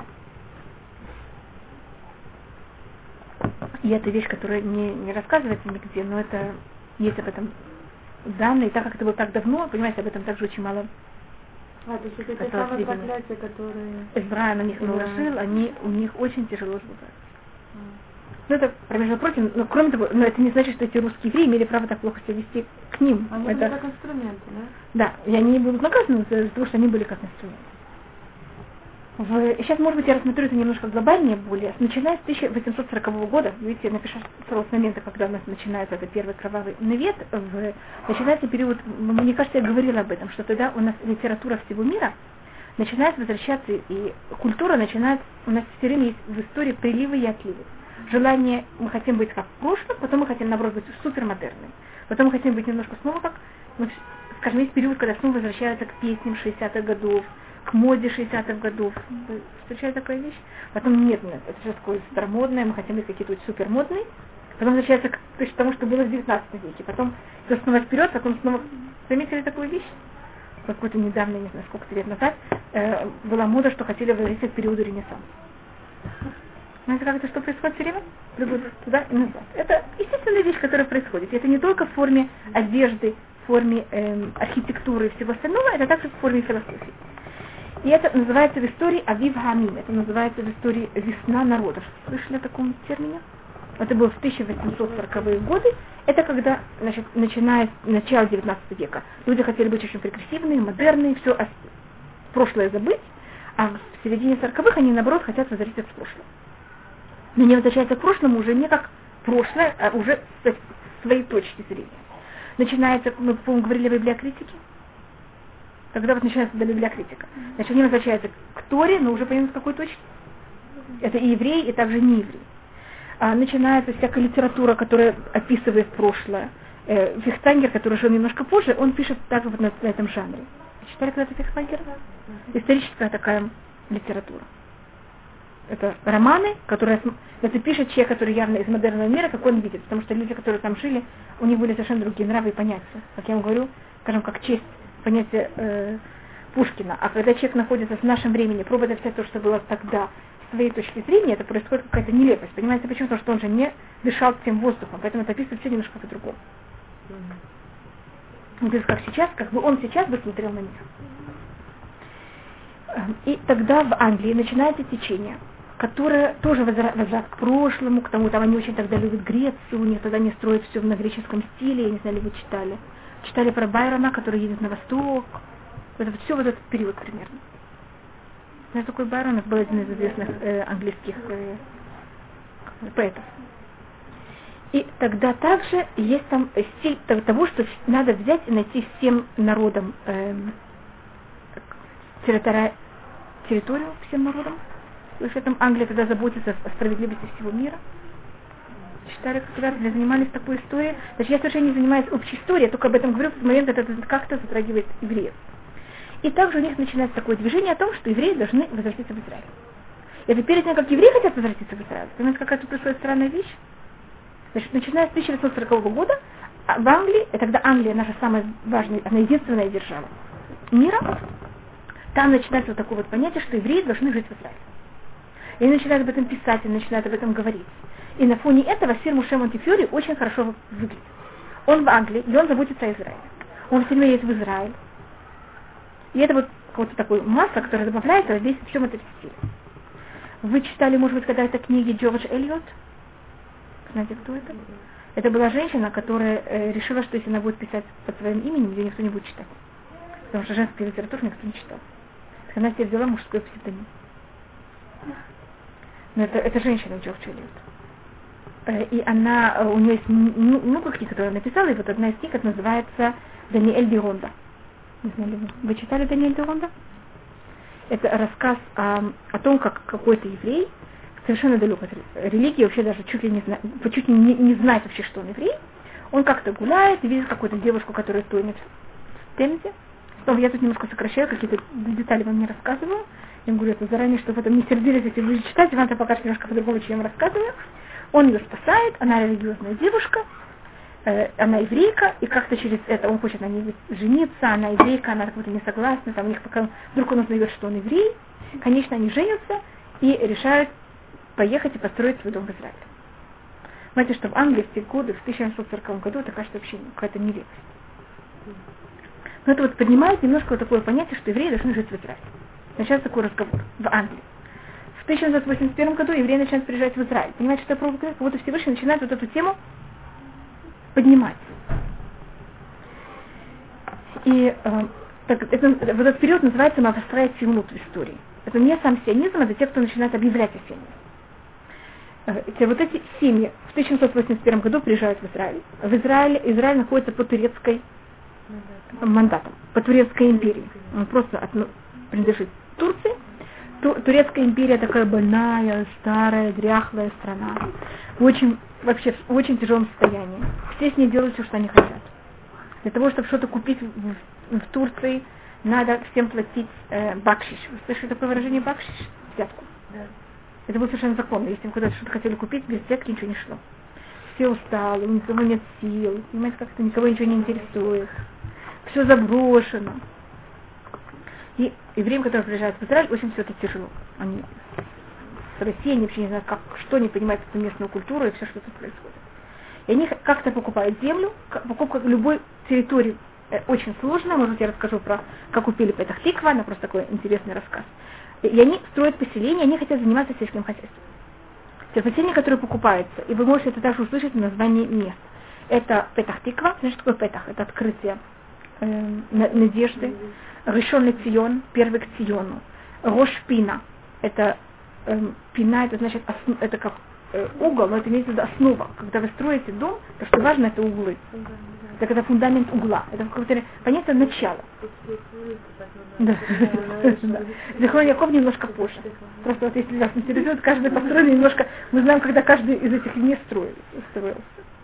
И это вещь, которая не рассказывается нигде, но это есть об этом данные, и так как это было так давно, понимаете, об этом также очень мало. То есть это те самые проклятия, которые... Эзра на них наложил, у них очень тяжело сбываются. Ну это, между прочим, но кроме того, но это не значит, что эти русские евреи имели право так плохо себя вести к ним. Они были как инструменты, Да, да? и они будут наказаны за то, что они были как инструменты. Сейчас, может быть, я рассмотрю это немножко глобальнее более. Начиная с 1840 года, видите, я напишу с момента, когда у нас начинается этот первый кровавый навет, начинается период, мне кажется, я говорила об этом, что тогда у нас литература всего мира начинает возвращаться, и культура начинает, у нас все время есть в истории приливы и отливы. Желание, мы хотим быть как в прошлом, потом мы хотим, наоборот, быть супермодерными. Потом мы хотим быть немножко снова как, скажем, есть период, когда снова возвращаются к песням 60-х годов, к моде 60-х годов. Вы встречали такую вещь? Потом нет, это же такое старомодное, мы хотим быть какие-то супермодные. Потом возвращается к тому, что было в 19 веке. Потом снова вперед, потом снова... Заметили такую вещь? Какой-то недавно, не знаю, сколько лет назад, была мода, что хотели возвратиться к периоду Ренессанса. Знаете, как это что происходит все время? Туда и назад. Это естественная вещь, которая происходит. И это не только в форме одежды, в форме архитектуры и всего остального, это также в форме философии. И это называется в истории Авив Хамим, это называется в истории весна народов. Слышали о таком термине? Это было в 1840-е годы. Это когда, значит, начиная с начала 19 века, люди хотели быть очень прогрессивные, модерные, все прошлое забыть, а в середине 40-х они, наоборот, хотят возвратиться к прошлому. Но не возвращаются к прошлому уже не как прошлое, а уже с своей точки зрения. Начинается, мы, по-моему, говорили о библиокритике. Когда вот начинается библиокритика. Значит, они возвращаются к Торе, но уже понятно, с какой точки. Это и евреи, и также не евреи. Начинается всякая литература, которая описывает прошлое. Фихтвангер, который жил немножко позже, он пишет также вот на этом жанре. Читали когда-то Фихтвангера? Историческая такая литература. Это романы, которые это пишет человек, который явно из модерного мира, как он видит. Потому что люди, которые там жили, у них были совершенно другие нравы и понятия. Как я вам говорю, скажем, как честь, понятие Пушкина. А когда человек находится в нашем времени, пробует описать то, что было тогда, с своей точки зрения, это происходит какая-то нелепость. Понимаете, почему? Потому что он же не дышал тем воздухом, поэтому это описывает все немножко по-другому. То есть как сейчас, как бы он сейчас бы смотрел на мир. И тогда в Англии начинается течение, которое тоже возврат к прошлому, к тому, там они очень тогда любят Грецию, у них тогда не строят все на греческом стиле, я не знаю, ли вы читали. Читали про Байрона, который едет на восток. Это вот все вот этот период примерно. Знаете, такой Байрон, это был один из известных английских поэтов. И тогда также есть там стиль того, что надо взять и найти всем народам территорию, всем народам. То есть в этом Англия тогда заботится о справедливости всего мира. Читали, когда занимались такой историей. Значит, я совершенно не занимаюсь общей историей, я только об этом говорю в момент, когда это как-то затрагивает евреев. И также у них начинается такое движение о том, что евреи должны возвратиться в Израиль. И это перед тем, как евреи хотят возвратиться в Израиль. Понимаете, какая тут происходит странная вещь? Значит, начиная с 1940 года, в Англии, и тогда Англия наша самая важная, она единственная держава мира, там начинается вот такое вот понятие, что евреи должны жить в Израиле. И они начинают об этом писать, они начинают об этом говорить. И на фоне этого Сир Моше Монтефьори очень хорошо выглядит. Он в Англии, и он заботится о Израиле. Он все время едет в Израиль. И это вот какое-то такое масло, которое добавляется здесь в всем этом стиле. Вы читали, может быть, когда-то книги Джордж Эллиот? Знаете, кто это? Это была женщина, которая решила, что если она будет писать под своим именем, ее никто не будет читать. Потому что женскую литературу никто не читал. Она себе взяла мужской псевдоним. Но это женщина Джордж Эллиот. И у нее есть много книг, которые она написала, и вот одна из книг это называется «Даниэль де Ронда». Не знаю, ли вы читали Даниэль де Ронда? Это рассказ о том, как какой-то еврей, совершенно далек от религии, вообще даже чуть ли не знает вообще, что он еврей. Он как-то гуляет и видит какую-то девушку, которая тонет в Темзе. Я тут немножко сокращаю, какие-то детали вам не рассказываю. Я говорю это заранее, чтобы потом не сердились, если будете читать, вам это покажет немножко по-другому, чем я вам рассказываю. Он ее спасает, она религиозная девушка, она еврейка, и как-то через это он хочет на ней жениться, она еврейка, она как-то не согласна, там у них пока вдруг он узнает, что он еврей. Конечно, они женятся и решают поехать и построить свой дом в Израиле. Знаете, что в Англии в те годы, в 1940 году, это, кажется, вообще какая-то нелепость. Но это вот поднимает немножко вот такое понятие, что евреи должны жить в Израиле. Начался такой разговор в Англии. В 1981 году евреи начинают приезжать в Израиль. Понимаете, что я пробую говорить? Как будто Всевышний начинает вот эту тему поднимать. И вот этот период называется «Мавастраят сионут» в истории. Это не сам сионизм, это те, кто начинает объявлять о сионизме. Вот эти семьи в 1981 году приезжают в Израиль. Израиль находится под турецкой мандатом, по турецкой империи. Он просто принадлежит Турции. Турецкая империя такая больная, старая, дряхлая страна. Вообще в очень тяжелом состоянии. Все с ней делают все, что они хотят. Для того, чтобы что-то купить в Турции, надо всем платить бакшиш. Вы слышали такое выражение бакшиш? Взятку. Да. Это было совершенно законно. Если вы куда-то что-то хотели купить, без взятки ничего не шло. Все устали, у никого нет сил, понимаете, как-то никого ничего не интересует. Все заброшено. И евреям, которые приезжают в Израиль, очень все это тяжело. Они с Россией, они вообще не знают, что они понимают эту местную культуру и все, что тут происходит. И они как-то покупают землю, покупка любой территории очень сложная, может, я расскажу про, как купили Петах-Тиква, она просто такой интересный рассказ. И они строят поселение, они хотят заниматься сельским хозяйством. Те поселения, которые покупаются, и вы можете это также услышать в названии мест. Это Петах-Тиква, знаешь, что такое Петах? Это открытие надежды. Ришон ле-Цион, первый к Циону. Рош-Пина, это пина, это значит, это как угол, но это имеется в виду основа. Когда вы строите дом, то что важно, это углы. Так это фундамент угла. Это какое-то понятие начала. Зихрон Яков немножко позже. Просто вот если вас интересует, каждый построенный немножко, мы знаем, когда каждый из этих мест строился.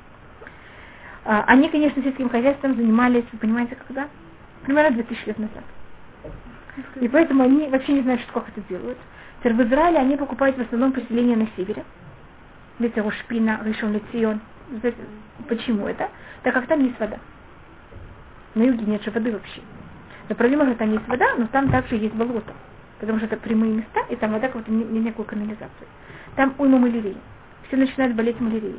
Они, конечно, сельским хозяйством занимались, вы понимаете, когда? Примерно 2000 лет назад. И поэтому они вообще не знают, как это делают. Теперь в Израиле они покупают в основном поселения на севере. Видите, Рошпина, Ришон ле-Цион. Почему это? Так как там есть вода. На юге нет же воды вообще. Но проблема же, там есть вода, но там также есть болото. Потому что это прямые места, и там вода как-то не некую канализацию. Там уйма малярии. Все начинают болеть малярией.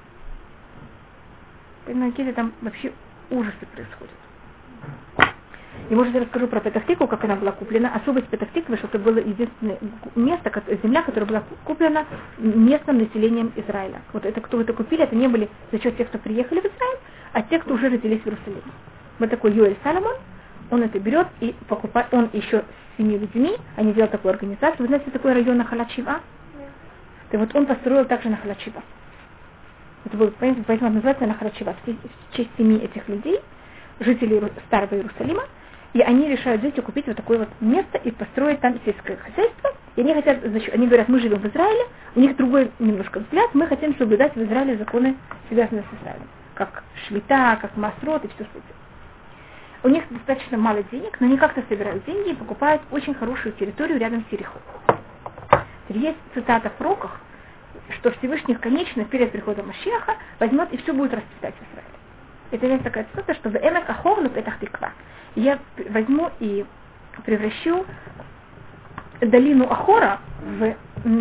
Понимаете, там вообще ужасы происходят. И, может, я расскажу про Петах-Тикву, как она была куплена. Особость Петах-Тиквы, что это было единственное место, земля, которая была куплена местным населением Израиля. Вот это, кто это купили, это не были за счет тех, кто приехали в Израиль, а те, кто уже родились в Иерусалиме. Вот такой Юэль Соломон, он это берет и покупает, он еще с 7 людьми, они делают такую организацию. Вы знаете, такой район Нахалат-Шива? И вот он построил также Нахалат-Шива. Это было, поэтому называется Нахалат-Шива, в честь 7 этих людей, жителей Старого Иерусалима. И они решают взять и купить вот такое вот место и построить там сельское хозяйство. И они хотят, они говорят, мы живем в Израиле, у них другой немножко взгляд, мы хотим соблюдать в Израиле законы, связанные с Израилем. Как швита, как масрот и все что. У них достаточно мало денег, но они как-то собирают деньги и покупают очень хорошую территорию рядом с Ерихо. Есть цитата в пророках, что Всевышний, конечно, перед приходом Машиаха возьмет и все будет расцветать в Израиле. Это есть такая цитата, что в Эмек Ахор Петах-Тиква. Я возьму и превращу долину Ахора в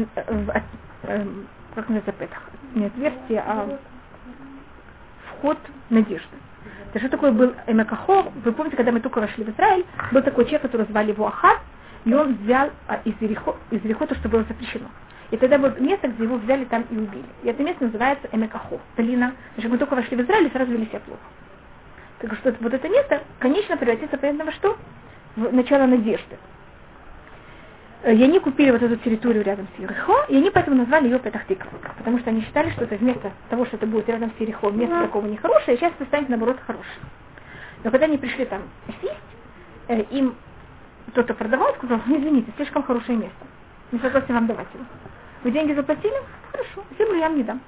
как называется Петах? Не отверстие, а вход надежды. Это что такое был Эмек Ахор? Вы помните, когда мы только вошли в Израиль, был такой человек, который звали его Ахав, и он взял из Ерихо то, что было запрещено. И тогда было место, где его взяли там и убили. И это место называется Эмек Ахор, долина. Значит, мы только вошли в Израиль и сразу вели себя плохо. Так что вот это место, конечно, превратится, понятно, во что? В начало надежды. И они купили вот эту территорию рядом с Ерихо, и они поэтому назвали ее Петах-Тиква. Потому что они считали, что это вместо того, что это будет рядом с Ерихо, место такого нехорошее, сейчас это станет, наоборот, хорошее. Но когда они пришли там сесть, им кто-то продавал, сказал, извините, слишком хорошее место. Не согласен вам давать его. Вы деньги заплатили? Хорошо, землю я вам не дам.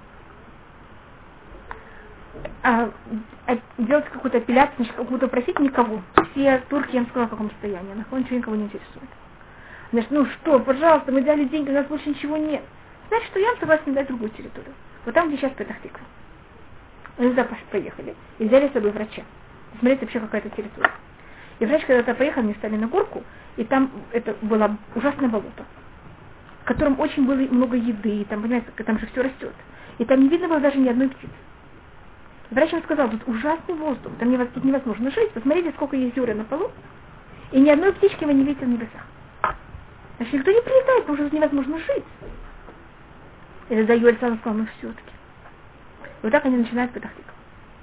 Делать какую-то апелляцию, значит, какую-то просить никого. Все турки, я им сказала, в каком состоянии. Он ничего никого не интересует. Значит, ну что, пожалуйста, мы дали деньги, у нас больше ничего нет. Значит, что я вам согласен дать другую территорию. Вот там, где сейчас Петах-Тиква. Они туда поехали и взяли с собой врача. Смотрите, вообще какая-то территория. И врач, когда туда поехал, они встали на горку, и там это было ужасное болото, в котором очень было много еды, там, понимаете, там же все растет. И там не видно было даже ни одной птицы. Врач им сказал, тут ужасный воздух, тут невозможно жить, посмотрите, сколько есть зерен на полу, и ни одной птички вы не видите в небесах. Значит, никто не прилетает, потому что тут невозможно жить. И тогда Юэль сам сказал, ну все-таки. И вот так они начинают Петах-Тикву.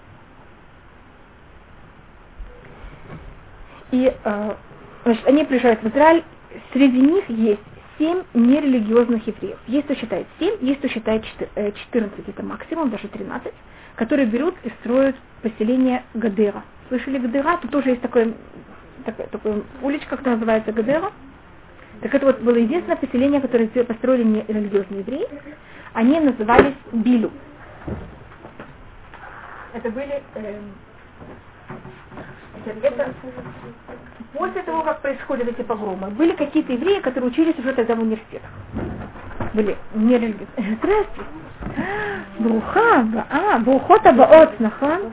И значит, они приезжают в Израиль, среди них есть 7 нерелигиозных евреев. Есть кто считает 7, есть кто считает 14, это максимум, даже 13, которые берут и строят поселение Гадера. Слышали Гадера? Тут тоже есть такая уличка, которая называется Гадера. Так это вот было единственное поселение, которое построили нерелигиозные евреи. Они назывались Билю. Это были... После того, как происходят эти погромы, были какие-то евреи, которые учились уже тогда в университетах. Были нерелигиозные. Здравствуйте. Брухота баот, нахон.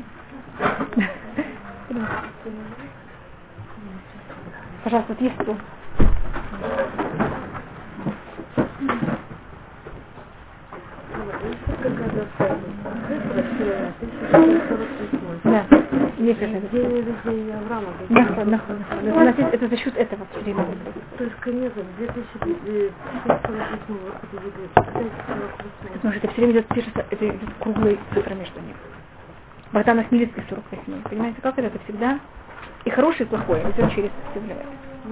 Пожалуйста, вот есть стул. Да, есть Людей Авраама. Это за счет этого все время. То есть конец 2048 потому что это все время идет, это идет круглый цифра между ними. Богдан Ахмелицкий 48. Понимаете, как это? Это всегда и хорошее, и плохое идет через является.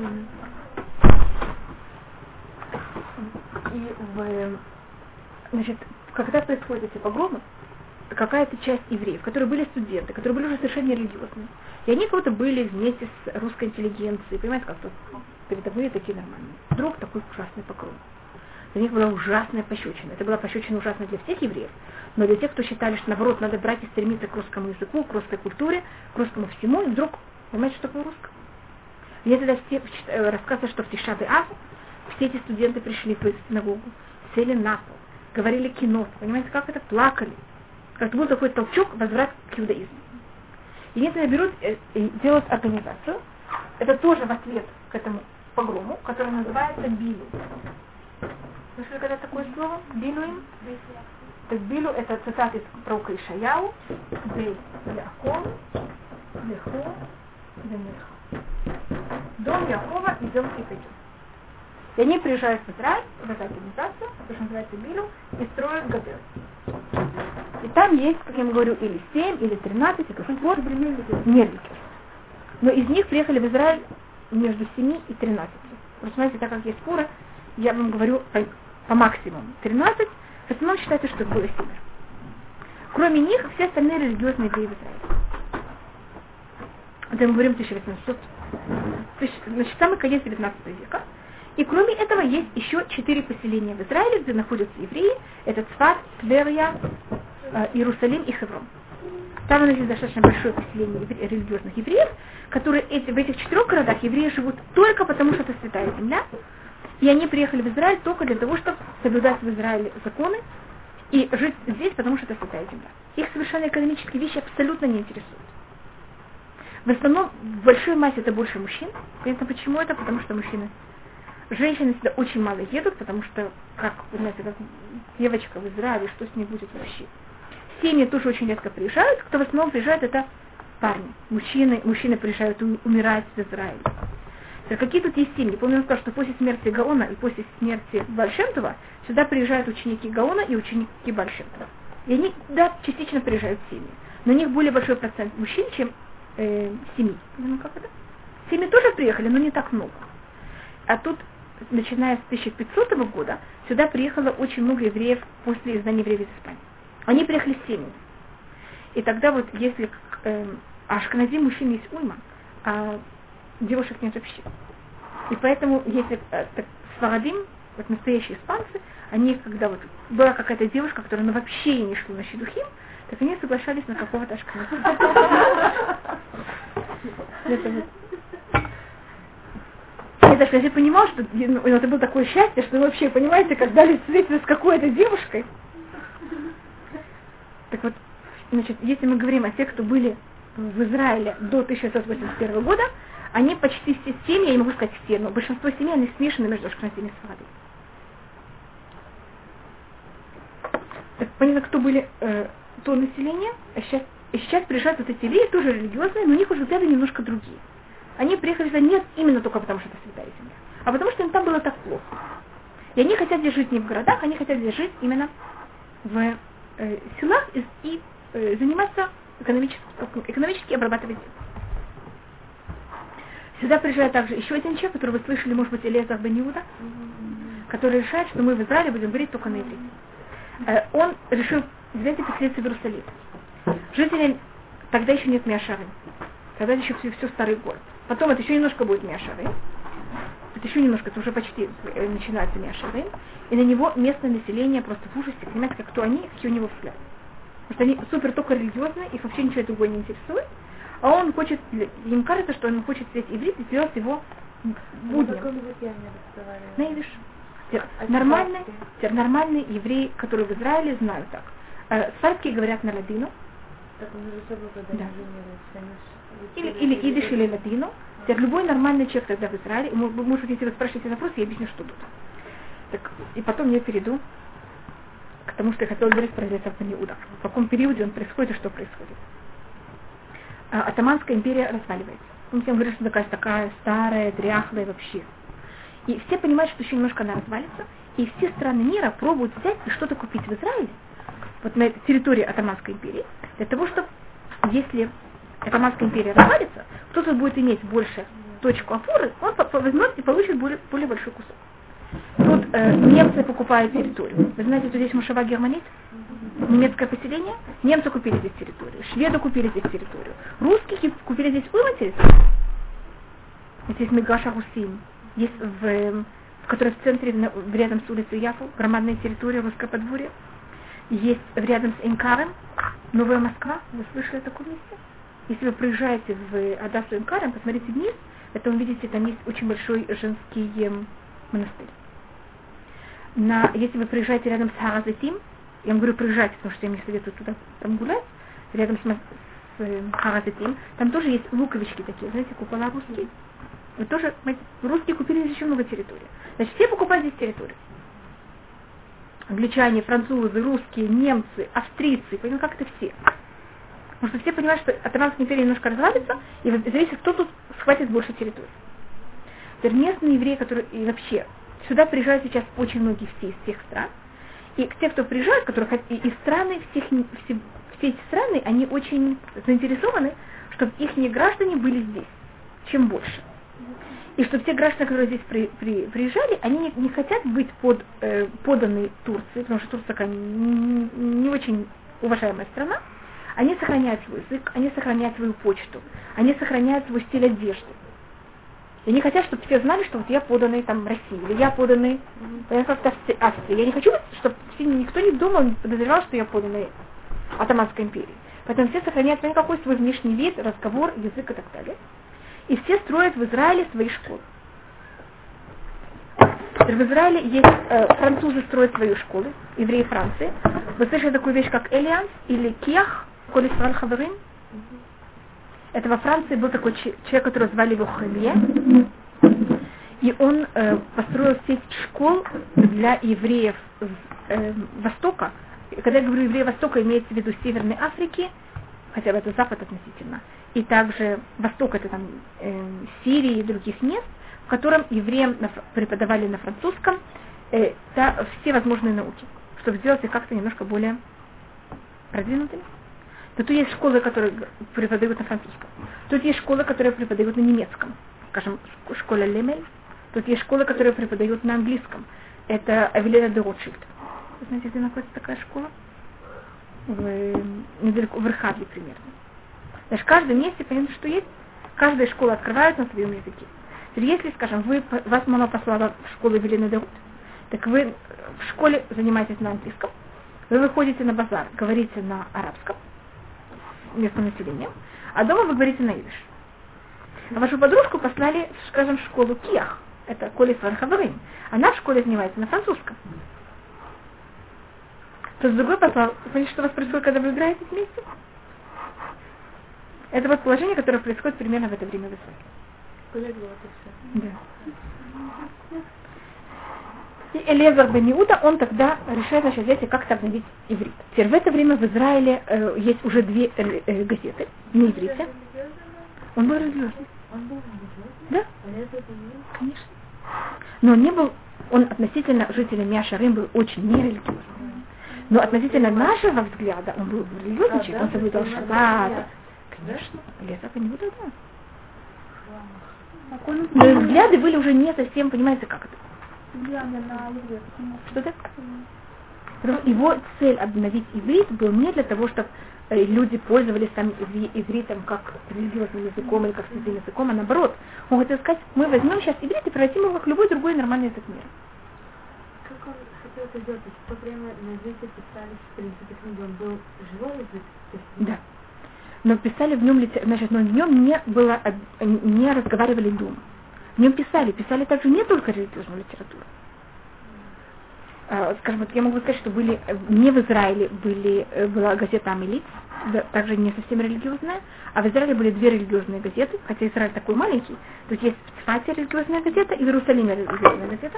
И значит, когда происходят эти погромы, какая-то часть евреев, которые были студенты, которые были уже совершенно религиозные, и они как-то были вместе с русской интеллигенцией, понимаете, как-то передовые такие нормальные. Вдруг такой ужасный погром. Для них была ужасная пощечина. Это была пощечина ужасная для всех евреев, но для тех, кто считали, что наоборот надо брать и стремиться к русскому языку, к русской культуре, к русскому всему, и вдруг, понимаете, что такое русское? Мне тогда рассказывали, что в Тиша б'Ав все эти студенты пришли в синагогу, сели на пол, говорили кино, понимаете, как это, плакали. Как был такой толчок, возврат к иудаизму. И они тогда берут и делают организацию. Это тоже в ответ к этому погрому, который называется Билу. Слышали когда такое слово? Билуим? Так Билу это цитата из пророка Ишаяу. Бей Яаков, Лехо, Денеха. Дом Яакова, идем и пойдем. И они приезжают в Израиль, в эту организацию, которая называется Билу, и строят Габел. И там есть, как я вам говорю, или 7, или 13, это спор, не религиозно. Но из них приехали в Израиль между 7 и 13. Просто смотрите, так как есть споры, я вам говорю по максимуму 13, в основном считается, что это было 7. Кроме них, все остальные религиозные евреи в Израиле. Это мы говорим 1800. Значит, самый конец 19 века. И кроме этого есть еще 4 поселения в Израиле, где находятся евреи. Это Цфат, Тверия, Иерусалим и Хеврон. Там у нас есть достаточно большое поселение религиозных евреев, которые в этих 4 городах евреи живут только потому, что это святая земля. И они приехали в Израиль только для того, чтобы соблюдать в Израиле законы и жить здесь, потому что это святая земля. Их совершенно экономические вещи абсолютно не интересуют. В основном, в большой массе это больше мужчин. Понятно, почему это? Потому что мужчины... Женщины сюда очень мало едут, потому что, как, вы знаете, как девочка в Израиле, что с ней будет вообще. Семьи тоже очень редко приезжают. Кто в основном приезжает, это парни. Мужчины приезжают умирать в Израиле. Какие тут есть семьи? Помню, я сказала, что после смерти Гаона и после смерти Бааль Шем Това сюда приезжают ученики Гаона и ученики Бааль Шем Това. И они, да, частично приезжают семьи. Но у них более большой процент мужчин, чем семей. Ну, как это? Семьи тоже приехали, но не так много. А тут, начиная с 1500 года, сюда приехало очень много евреев после изгнания евреев из Испании. Они приехали с семьями. И тогда вот, если ашкенази мужчин есть уйма, а девушек нет вообще. И поэтому, если сфарадим, вот настоящие испанцы, они, когда вот была какая-то девушка, которая вообще не шла на шидухим, так они соглашались на какого-то ашкенази. Я даже понимал, что это было такое счастье, что вы вообще понимаете, когда встретились с какой-то девушкой. Так вот, значит, если мы говорим о тех, кто были в Израиле до 1981 года, они почти все семьи, я не могу сказать все, но большинство семей, они смешаны между ашкеназим и сфарадим. Так понятно, кто были то население, а сейчас приезжают вот эти евреи, тоже религиозные, но у них уже взгляды немножко другие. Они приехали сюда не именно только потому, что это святая земля, а потому, что им там было так плохо. И они хотят здесь жить не в городах, они хотят здесь жить именно в селах и заниматься экономически обрабатывать землю. Сюда приезжает также еще один человек, который вы слышали, может быть, Элиэзер бен Иуда, который решает, что мы в Израиле будем говорить только на иврите. Он решил взять и поселиться в Иерусалим. Жители, тогда еще нет Миашарим, тогда еще все старый город. Потом это еще немножко будет Миашарим. Это еще немножко, это уже почти начинается Миашарим. И на него местное население просто в ужасе, понимаете, как кто они, какие у него взгляды. Потому что они супер только религиозные, их вообще ничего другое не интересует. А он хочет, им кажется, что он хочет взять иврит и сделать его будним. На идиш. Нормальные евреи, которые в Израиле, знают так. Сфардские говорят на ладину. Да. Или идиш, или ладину. Любой нормальный человек тогда в Израиле, может быть, если вы спрашиваете вопрос, я объясню, что тут. Так, и потом я перейду к тому, что я хотела говорить про Элиэзер бен Иуда. В каком периоде он происходит и что происходит. Отtomанская империя разваливается. Мы всем говорим, что такая старая, дряхлая вообще. И все понимают, что еще немножко она развалится, и все страны мира пробуют взять и что-то купить в Израиле, вот на территории Отtomанской империи, для того, чтобы, если Отtomанская империя развалится, кто-то будет иметь больше точку опоры, он возьмет и получит более большой кусок. Тут немцы покупают территорию. Вы знаете, что здесь Мошава Германит, немецкое поселение, немцы купили здесь территорию, шведы купили здесь территорию, русские купили здесь уйма территорию. Здесь Мегаша Русин, есть в которой в центре, рядом с улицей Яфу, громадная территория, русское подворье. Есть рядом с Инкаром, Новая Москва, вы слышали о таком месте? Если вы приезжаете в Адасу Инкаром, посмотрите вниз, это вы видите, там есть очень большой женский монастырь. Если вы приезжаете рядом с Харазетим, я вам говорю, приезжайте, потому что я не советую туда там гулять, рядом с Харазетим, там тоже есть луковички такие, знаете, купола русские. Вы тоже, русские купили здесь еще много территорий. Значит, все покупают здесь территорию. Англичане, французы, русские, немцы, австрийцы, понимаете, как это все. Потому что все понимают, что Отtomанская империя немножко развалится, и зависит, кто тут схватит больше территории. Теперь местные евреи, которые и вообще сюда приезжают сейчас очень многие все из всех стран, и те, кто приезжают, которые и страны, все эти страны, они очень заинтересованы, чтобы их граждане были здесь, чем больше. И чтобы те граждане, которые здесь приезжали, они не хотят быть поданы Турции, потому что Турция такая не очень уважаемая страна. Они сохраняют свой язык, они сохраняют свою почту, они сохраняют свой стиль одежды. И они хотят, чтобы все знали, что вот я поданный там России, или я поданный как-то Австрии. Я не хочу, чтобы никто не думал, не подозревал, что я поданный Отtomанской империи. Поэтому все сохраняют какой свой внешний вид, разговор, язык и так далее. И все строят в Израиле свои школы. В Израиле есть французы строят свои школы, евреи Франции. Вы слышали такую вещь, как Элианс или Киах, Коль Исраэль Хаварим? Это во Франции был такой человек, которого звали его Хелье. И он построил сеть школ для евреев Востока. И когда я говорю евреи Востока, имеется в виду Северной Африки, хотя бы это Запад относительно, и также Восток, это там Сирии и других мест, в котором евреям преподавали на французском все возможные науки, чтобы сделать их как-то немножко более продвинутыми. Тут есть школы, которые преподают на французском. Тут есть школы, которые преподают на немецком. Скажем, школа Лемель. Тут есть школы, которые преподают на английском. Это Авелина де Ротшильд. Вы знаете, где находится такая школа? Недалеко, в Рехаве примерно. Значит, в каждом месте, понятно, что есть, каждая школа открывает на своем языке. Теперь, если, скажем, вас мама послала в школу Авелина де Рот, так вы в школе занимаетесь на английском, вы выходите на базар, говорите на арабском, местным населением, а дома вы говорите на идиш. А вашу подружку послали, скажем, в школу Киах, это Коль Исраэль Хаварим. Она в школе занимается на французском. То с другой послал, понимаете, что у вас происходит, когда вы играете вместе? Это вот положение, которое происходит примерно в это время в Израиле. Да. И Элиэзер бен Иуда, он тогда решает, значит, взять и как-то обновить иврит. Теперь в это время в Израиле есть уже две газеты на иврите. Он был религиозный. Да? Конечно. Но он не был, он относительно жителей Миа-Шарим был очень нерелигиозный. Но относительно нашего взгляда он был религиозный человек, он соблюдал шаббат. Конечно, Элиэзер бен Иуда, да. Но их взгляды были уже не совсем, понимаете, как это? Что это? Его цель обновить иврит был не для того, чтобы люди пользовались там ивритом как религиозным языком или как святым языком, а наоборот. Он хотел сказать, мы возьмем сейчас иврит и превратим его как любой другой нормальный язык мира. Как он хотел это сделать? В то время на иврите писали, в принципе, книги, он был живой язык? Да. Но писали в нем, значит, но в нем не разговаривали дома. В нем писали также не только религиозную литературу. Скажем, вот я могу сказать, что не в Израиле была газета «Амелит», да, также не совсем религиозная, а в Израиле были две религиозные газеты, хотя Израиль такой маленький. Тут есть в Цфате религиозная газета и в Иерусалиме религиозная газета.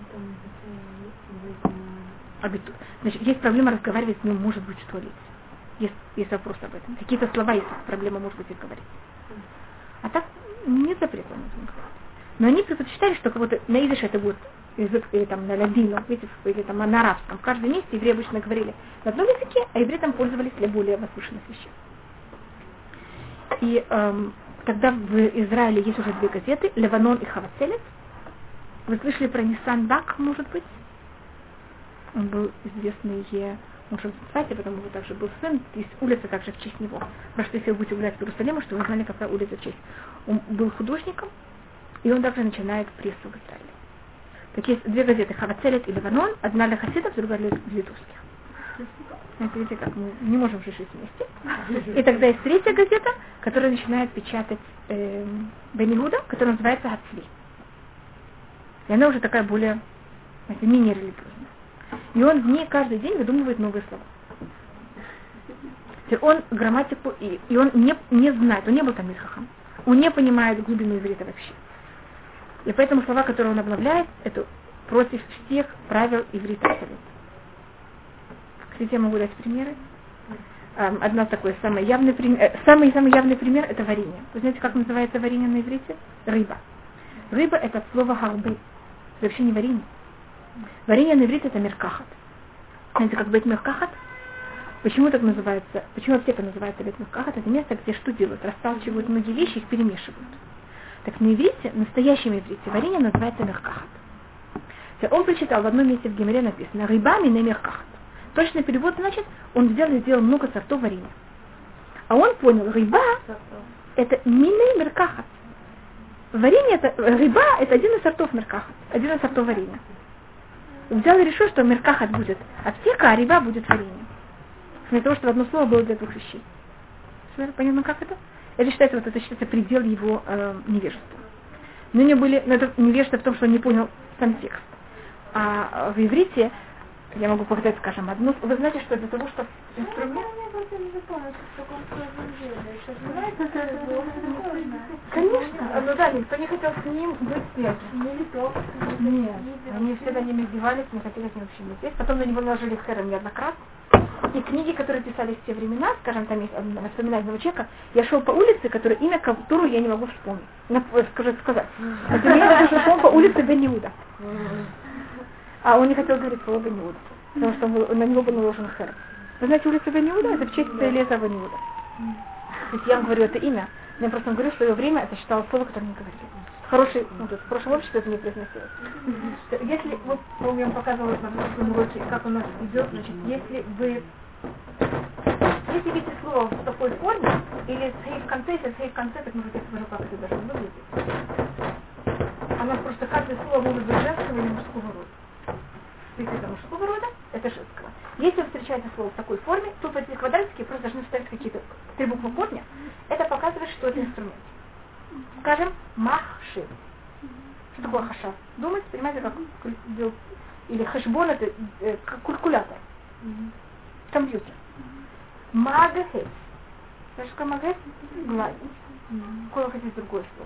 Значит, есть проблема разговаривать с ним, может быть, в туалете. есть вопрос об этом. Какие-то слова, есть проблема, может быть, их говорить. А так нет запрета на этом говорить. Но они предпочитали, что как будто на идише это будет язык, или там на ладину, видите, или там на арабском. В каждом месте евреи обычно говорили на одном языке, а евреи там пользовались для более возвышенных вещей. И тогда в Израиле есть уже 2 газеты, Леванон и Хавацелец. Вы слышали про Ниссан Бак, может быть? Он был известный муж в Цфате, потом его также был сын, есть улица также в честь него. Потому что если вы будете гулять в Иерусалиме, что вы знали, какая улица в честь. Он был художником, и он также начинает прессу в Израиле. Так есть 2 газеты, Хавацелец и Леванон, одна для хасидов, другая для литовских. Видите, как мы не можем жить вместе. И тогда есть 3-я газета, которая начинает печатать Бен Иуда, которая называется Хацви. И она уже такая более мини-религиозная. И он в ней каждый день выдумывает новые слова. Он грамматику, и он не знает, он не был там Митхахам, он не понимает глубину иврита вообще. И поэтому слова, которые он обновляет, это против всех правил иврита абсолютно. Хотите, я могу дать примеры? Одна такой самый явный пример, самый явный пример это варенье. Вы знаете, как называется варенье на иврите? Рыба. Рыба это слово харбы. Это вообще не варенье. Варенье на иврите это меркахат. Знаете, как бейт меркахат? Почему так называется? Почему аптека называется бейт меркахат? Это место, где что делают? Расталчивают многие вещи, их перемешивают. Так на иврите, настоящем иврите, варенье называется меркахат. Он прочитал в одном месте в Гемаре написано «рыбами на меркахат». Точный перевод значит, он сделал много сортов варенья. А он понял, рыба это миней меркахат. Варенье это, рыба это один из сортов меркахат, один из сортов варенья. Взял и решил, что меркахат будет аптека, а рыба будет варенье. Вместо того, что одно слово было для 2 вещей. Понятно, как это? Это считается предел его невежества. Но у него были, это невежество в том, что он не понял сам текст. А в иврите я могу показать, скажем, одну. Вы знаете, что для того, чтобы инструмент... Конечно. Ну да, никто не хотел с ним быть связан. Нет. Они всегда не издевались, не хотели с ним вообще не сесть. Потом на него наложили херем неоднократно. И книги, которые писались в те времена, скажем, там есть воспоминания одного человека, я шел по улице, имя которую я не могу вспомнить. Сказать. Это я шел по улице Бен Иуда. А он не хотел говорить слово Бен Иуда, потому что на него был наложен херем. Вы знаете, улица Бен Иуда, это в честь Элиэзера Бен Иуда. То есть я вам говорю это имя, я просто говорю, что в свое время это считалось слово, которое не говорили. Хороший, в прошлом обществе это не произносилось. Если, я вам показывала на прошлом уроке, как у нас идет, значит, если видите слово в такой форме, или с хей в конце, если с хей в конце, так может, я скажу, как это должно выглядеть. Она просто каждое слово может быть женского или мужского рода. Если это мужского рода, это женского. Если вы встречаете слово в такой форме, то в эти квадратики просто должны вставить какие-то 3 буквы корня. Это показывает, что это инструмент. Скажем, махши. Что такое хаша? Думать, понимаете, как или хэшбон это калькулятор. Компьютер. Магахес. Знаешь, что такое магахес? Гладить. Какое вы хотите другое слово?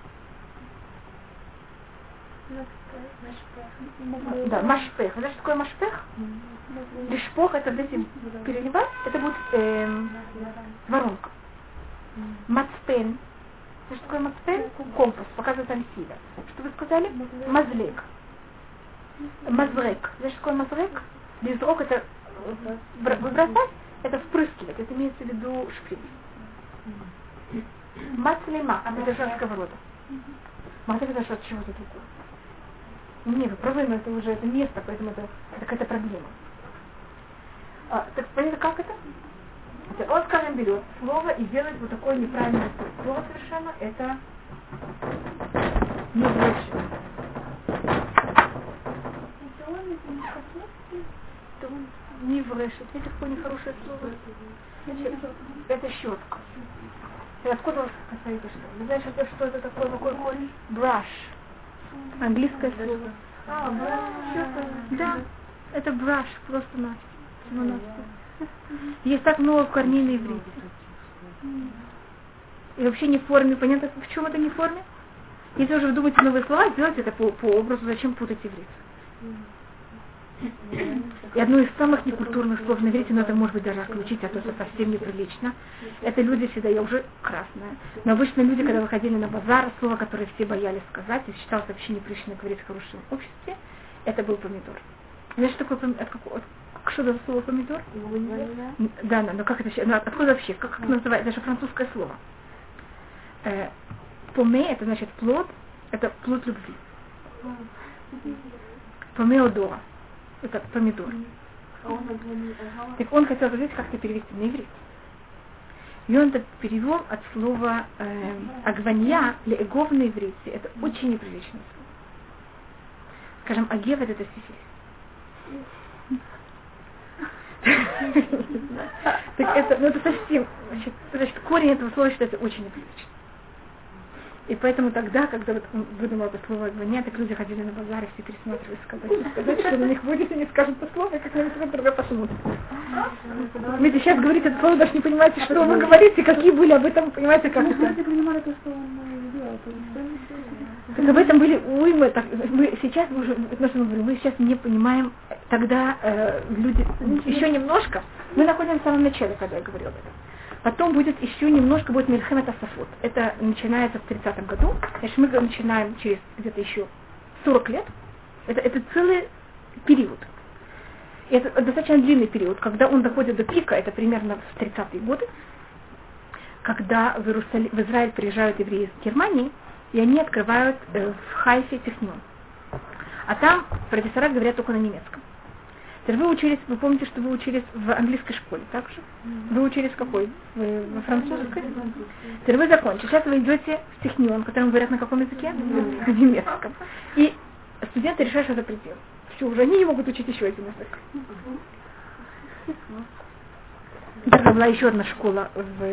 Да, машпех. Знаешь, что такое машпех? Лишпох это переливать, это будет воронка. Мацпен. Знаешь, что такое мацпен? Компас, показывает Альсида. Что вы сказали? Мазлек. Мазрек. Знаешь, что такое мазрек? Безрок это выбросать, это впрыскивать, это имеется в виду шприц. Мацлема, это женского рода. Мацлема это что-то чего-то другое. Нет, вы правы, но это уже это место, поэтому это какая-то проблема. Так понятно, как это? Он, скажем, берет слово и делает вот такое неправильное слово совершенно, это не врешет. Не врешет. Видите, какое нехорошее слово? Это щетка. И откуда вы касаетесь что? Вы знаете, что это такое? Какой корень? Brush. Английское слово. Да, это brush, просто нафиг. Есть так много корней на иврите. И вообще не в форме. Понятно, в чем это не в форме? Если уже вы думаете новые слова, делайте это по образу, зачем путать иврит? И одно из самых некультурных слов на иврите, но это может быть даже отключить, а то это совсем неприлично. Это люди всегда, я уже красная. Но обычно люди, когда выходили на базар, слово, которое все боялись сказать, и считалось вообще неприлично говорить в хорошем обществе, это был помидор. Знаешь, что такое помидор? Что это за слово помидор? Да, но как это вообще? Ну, откуда вообще? Как называется? Это же французское слово. Поме, это значит плод, это плод любви. Помеодора. Это помидор. Так он хотел сказать, как это перевести на иврит. И он это перевел от слова агванья или эгов на иврите. Это очень неприличное слово. Скажем, агев это сифилис. Так это, ну это совсем, значит, корень этого слова считается очень неприличным. И поэтому тогда, когда вот он выдумал это слово «агванья», так люди ходили на базар и все пересматривали, сказать, что на них будет, и не скажут это слово, и как на них другое посмотрят. Вы сейчас говорите это слово, даже не понимаете, что вы говорите, какие были об этом, понимаете, как это. Люди понимали то, что он делал. Так об этом были уймы, мы сейчас уже, это что мы говорим, мы сейчас не понимаем, тогда люди, еще немножко, мы находимся в самом начале, когда я говорю об этом. Потом будет еще немножко, будет Мельхемет Асафот. Это начинается в 30-м году. Значит, мы начинаем через где-то еще 40 лет. Это целый период. И это достаточно длинный период. Когда он доходит до пика, это примерно в 30-е годы, когда в Израиль приезжают евреи из Германии, и они открывают в Хайфе технион. А там профессора говорят только на немецком. Теперь вы учились, вы помните, что вы учились в английской школе, так же? Вы учились в какой? Во французской? Теперь вы закончили. Сейчас вы идете в технион, в котором говорят на каком языке? На немецком. И студенты решают, что это предел. Все, уже они не могут учить еще один язык. Даже была еще одна школа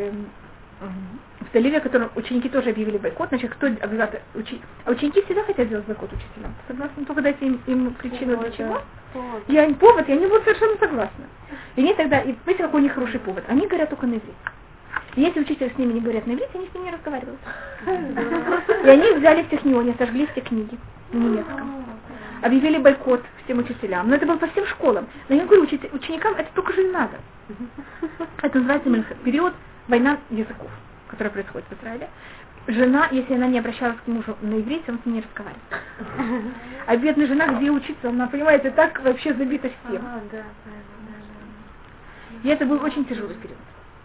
в Тель-Авиве, в котором ученики тоже объявили бойкот. Значит, кто обязательно А ученики всегда хотят делать бойкот учителям. Согласны? Только дайте им причину для чего. Я им повод, и они будут совершенно согласны. И они тогда, и видите, какой у них хороший повод. Они говорят только на иврите. И если учитель с ними не говорят на иврите, они с ними не разговаривают. И они взяли в технионе, сожгли все книги на немецком. Объявили бойкот всем учителям. Но это было по всем школам. Но я говорю, ученикам это только же не надо. Это называется период война языков, которая происходит в Израиле. Жена, если она не обращалась к мужу на иврите, он с ней не разговаривает. А бедная жена, где учиться, она, понимаете, так вообще забита всем. И это был очень тяжелый период.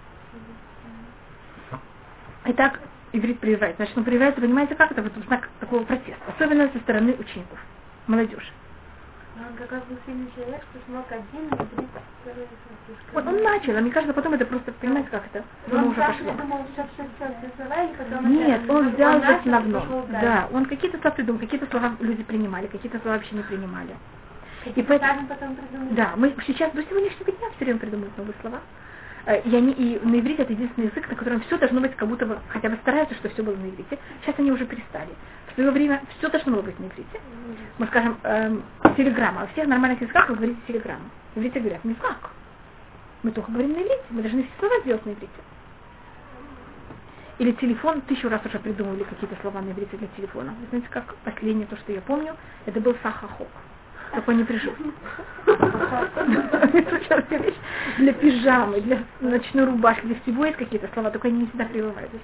Итак, иврит прививает. Значит, он прививается, понимаете, как это? Вот знак такого протеста. Особенно со стороны учеников, молодежи. Он как раз был сильный человек, что смог один иврит. Вот он начал, а мне кажется, потом это просто, понимаете, как это? Он уже пошло. Думал, что Нет, он взял в основном. Да, он какие-то слова придумал, какие-то слова люди принимали, какие-то слова вообще не принимали. И поэтому, да, мы сейчас до сегодняшнего дня все время придумывают новые слова. И на иврите это единственный язык, на котором все должно быть, как будто бы, хотя бы стараются, что все было на иврите. Сейчас они уже перестали. В свое время все должно было быть на иврите. Мы скажем, телеграмма. Во всех нормальных языках вы говорите телеграмма. В иврите говорят, никак. Мы только говорим на иврите. Мы должны все слова сделать на иврите. Или телефон, 1000 раз уже придумывали какие-то слова на иврите для телефона. Вы знаете, как последнее, то, что я помню, это был сахахок. Такой не прижил. Для пижамы, для ночной рубашки, для всего есть какие-то слова, только они не всегда прививаются.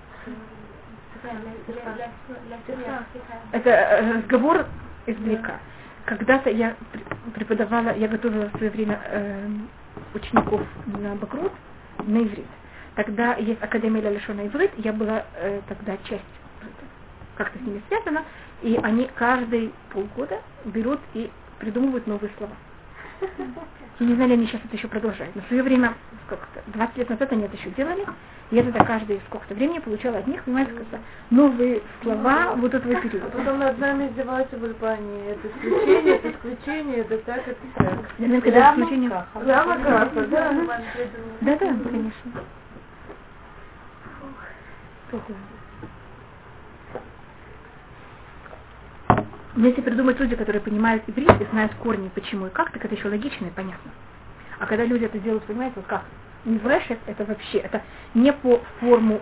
Это разговор издалека. Когда-то я преподавала, я готовила в свое время учеников на бакрут на иврит. Тогда есть Академия Лешона Иврит, я была тогда часть как-то с ними связана, и они каждые полгода берут и придумывают новые слова. Я не знаю, они сейчас это еще продолжают. Но в свое время, сколько-то, 20 лет назад они это еще делали, и я тогда каждые сколько-то времени получала от них, понимаете, как-то новые слова вот этого периода. Потом над нами издеваются в Альбании. Это исключение, это так, это так. Наверное, когда исключение... Прямо каха, да. Да, конечно. Но если придумать люди, которые понимают иврит и знают корни, почему и как, так это еще логично и понятно. А когда люди это делают, понимаете, вот как? Миврешет, это вообще, это не по форму,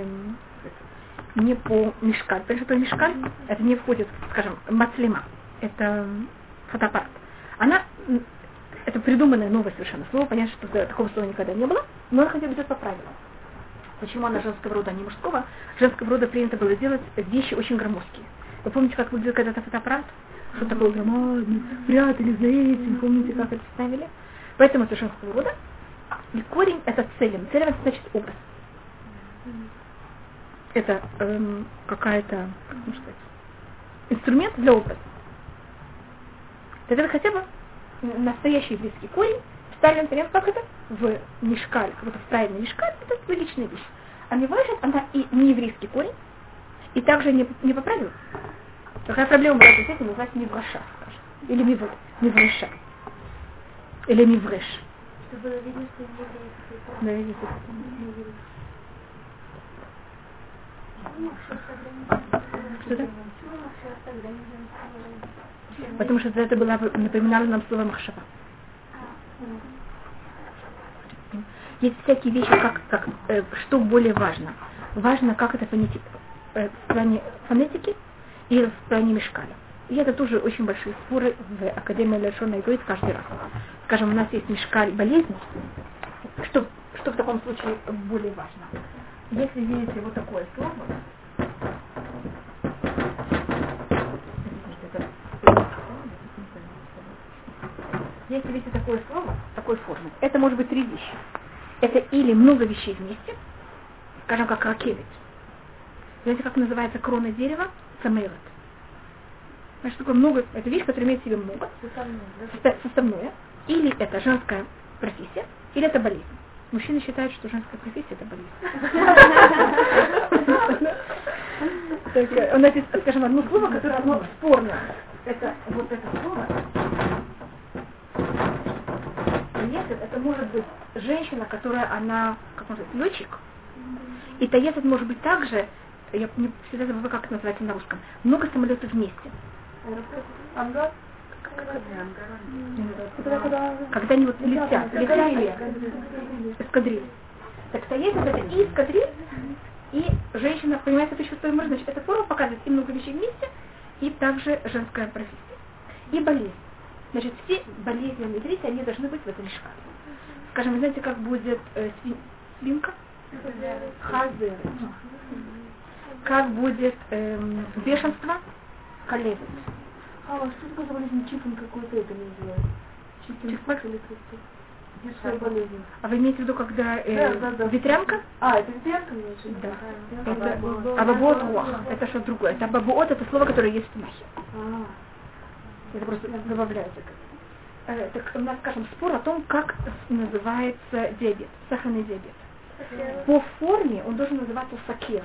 не по мишкаль. Потому что мишкаль, это не входит, скажем, мацлима, это фотоаппарат. это придуманное новое совершенно слово, понятно, что такого слова никогда не было, но она хотя бы идет по правилам. Почему она женского рода, а не мужского? Женского рода принято было делать вещи очень громоздкие. Вы помните, как выглядел когда-то фотоаппарат? Что такое громадный, прятали за этим, помните, как это ставили? Поэтому это женского рода. И корень это целем. Целем это значит образ. Это какая-то, как можно сказать, инструмент для образа. Это хотя бы настоящий еврейский корень, ставим, например, как это? В мишкаль, как будто в правильный мишкаль, это логичная вещь. А миврешет, она и не еврейский корень, и также не по правилу. Какая проблема была с этим, называется мивраша, скажем. Или мивреша. Или мивреш. Чтобы было видно, что еврейский корень. Да, видите. Что это? Потому что это было, напоминало нам слово махшава. Есть всякие вещи, что более важно. Важно, как это в плане фонетики и в плане мишкаля. И это тоже очень большие споры в Академии Лашона Иврит каждый раз. Скажем, у нас есть мишкаль болезни. Что в таком случае более важно? Если видите вот такое слово, если видите такое слово, такой формы, это может быть три вещи. Это или много вещей вместе, скажем, как ракевит. Знаете, как называется крона дерева? Самейлот. Значит, такое много, это вещь, которая имеет в себе много. Составное. Или это женская профессия, или это болезнь. Мужчины считают, что женская профессия это болезнь. У нас есть, скажем, одно слово, которое оно спорное. Это вот это слово. Это может быть женщина, которая она, как можно сказать, летчик. И таецет может быть также, я не всегда забываю, как это называется на русском, много самолетов вместе. Ангар? Когда они вот летят, летали эскадриль. Так таецет это и эскадриль, и женщина, понимаете, это чувство можно, значит, эта форма показывает и много вещей вместе, и также женская профессия. И болезнь. Значит, все болезни в иврите, они должны быть в этом мишкале. Скажем, вы знаете, как будет свинка? Хазер. Как будет бешенство? Колебет. А что такое за болезнь? Чипин какой-то это называется? Чипин или как-то? Детская болезнь. А вы имеете в виду, когда ветрянка? Это ветрянка, значит? Да. Это абабуот руах. Это что-то другое. Это абабуот, это слово, которое есть в Тумахе. Это просто добавляется. Так у нас, скажем, спор о том, как называется диабет, сахарный диабет. По форме он должен называться сакер.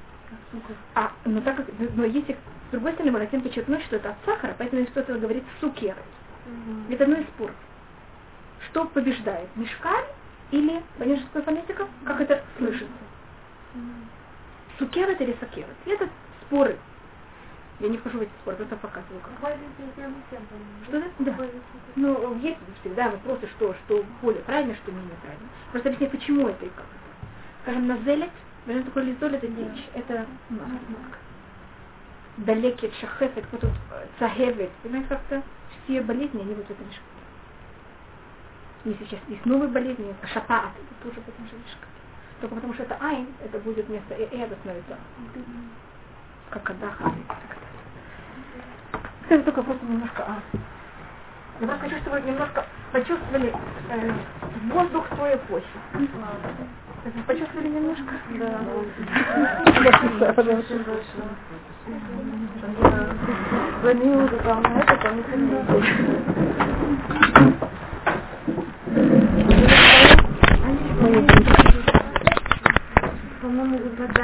Но если с другой стороны мы хотим подчеркнуть, что это от сахара, поэтому Аристотель говорит сукер. Это одно из споров. Что побеждает, мишкаль или, понятно, что такое фонетика? Как это слышится? Сукерет или сакерет? Это споры. Я не вхожу в эти споры, просто показываю. Что это? Да. Ну, есть всегда вопросы, что более правильно, что менее правильно. Просто объяснять, почему это и как. Скажем, назелет, что такое лизоль, это дичь, это мозг. Далекий, шахефет, вот тут цагевет. Понимаете, как-то все болезни, они вот в этом шкале. Если сейчас есть новые болезни, шапаат, это тоже в этом же шкале. Только потому что это айн, это будет вместо это становится как адаха. Это только просто немножко Я просто хочу, чтобы вы немножко почувствовали воздух той эпохи. Вы почувствовали немножко? Да. Пожалуйста. Звонила, сказала, на это, там не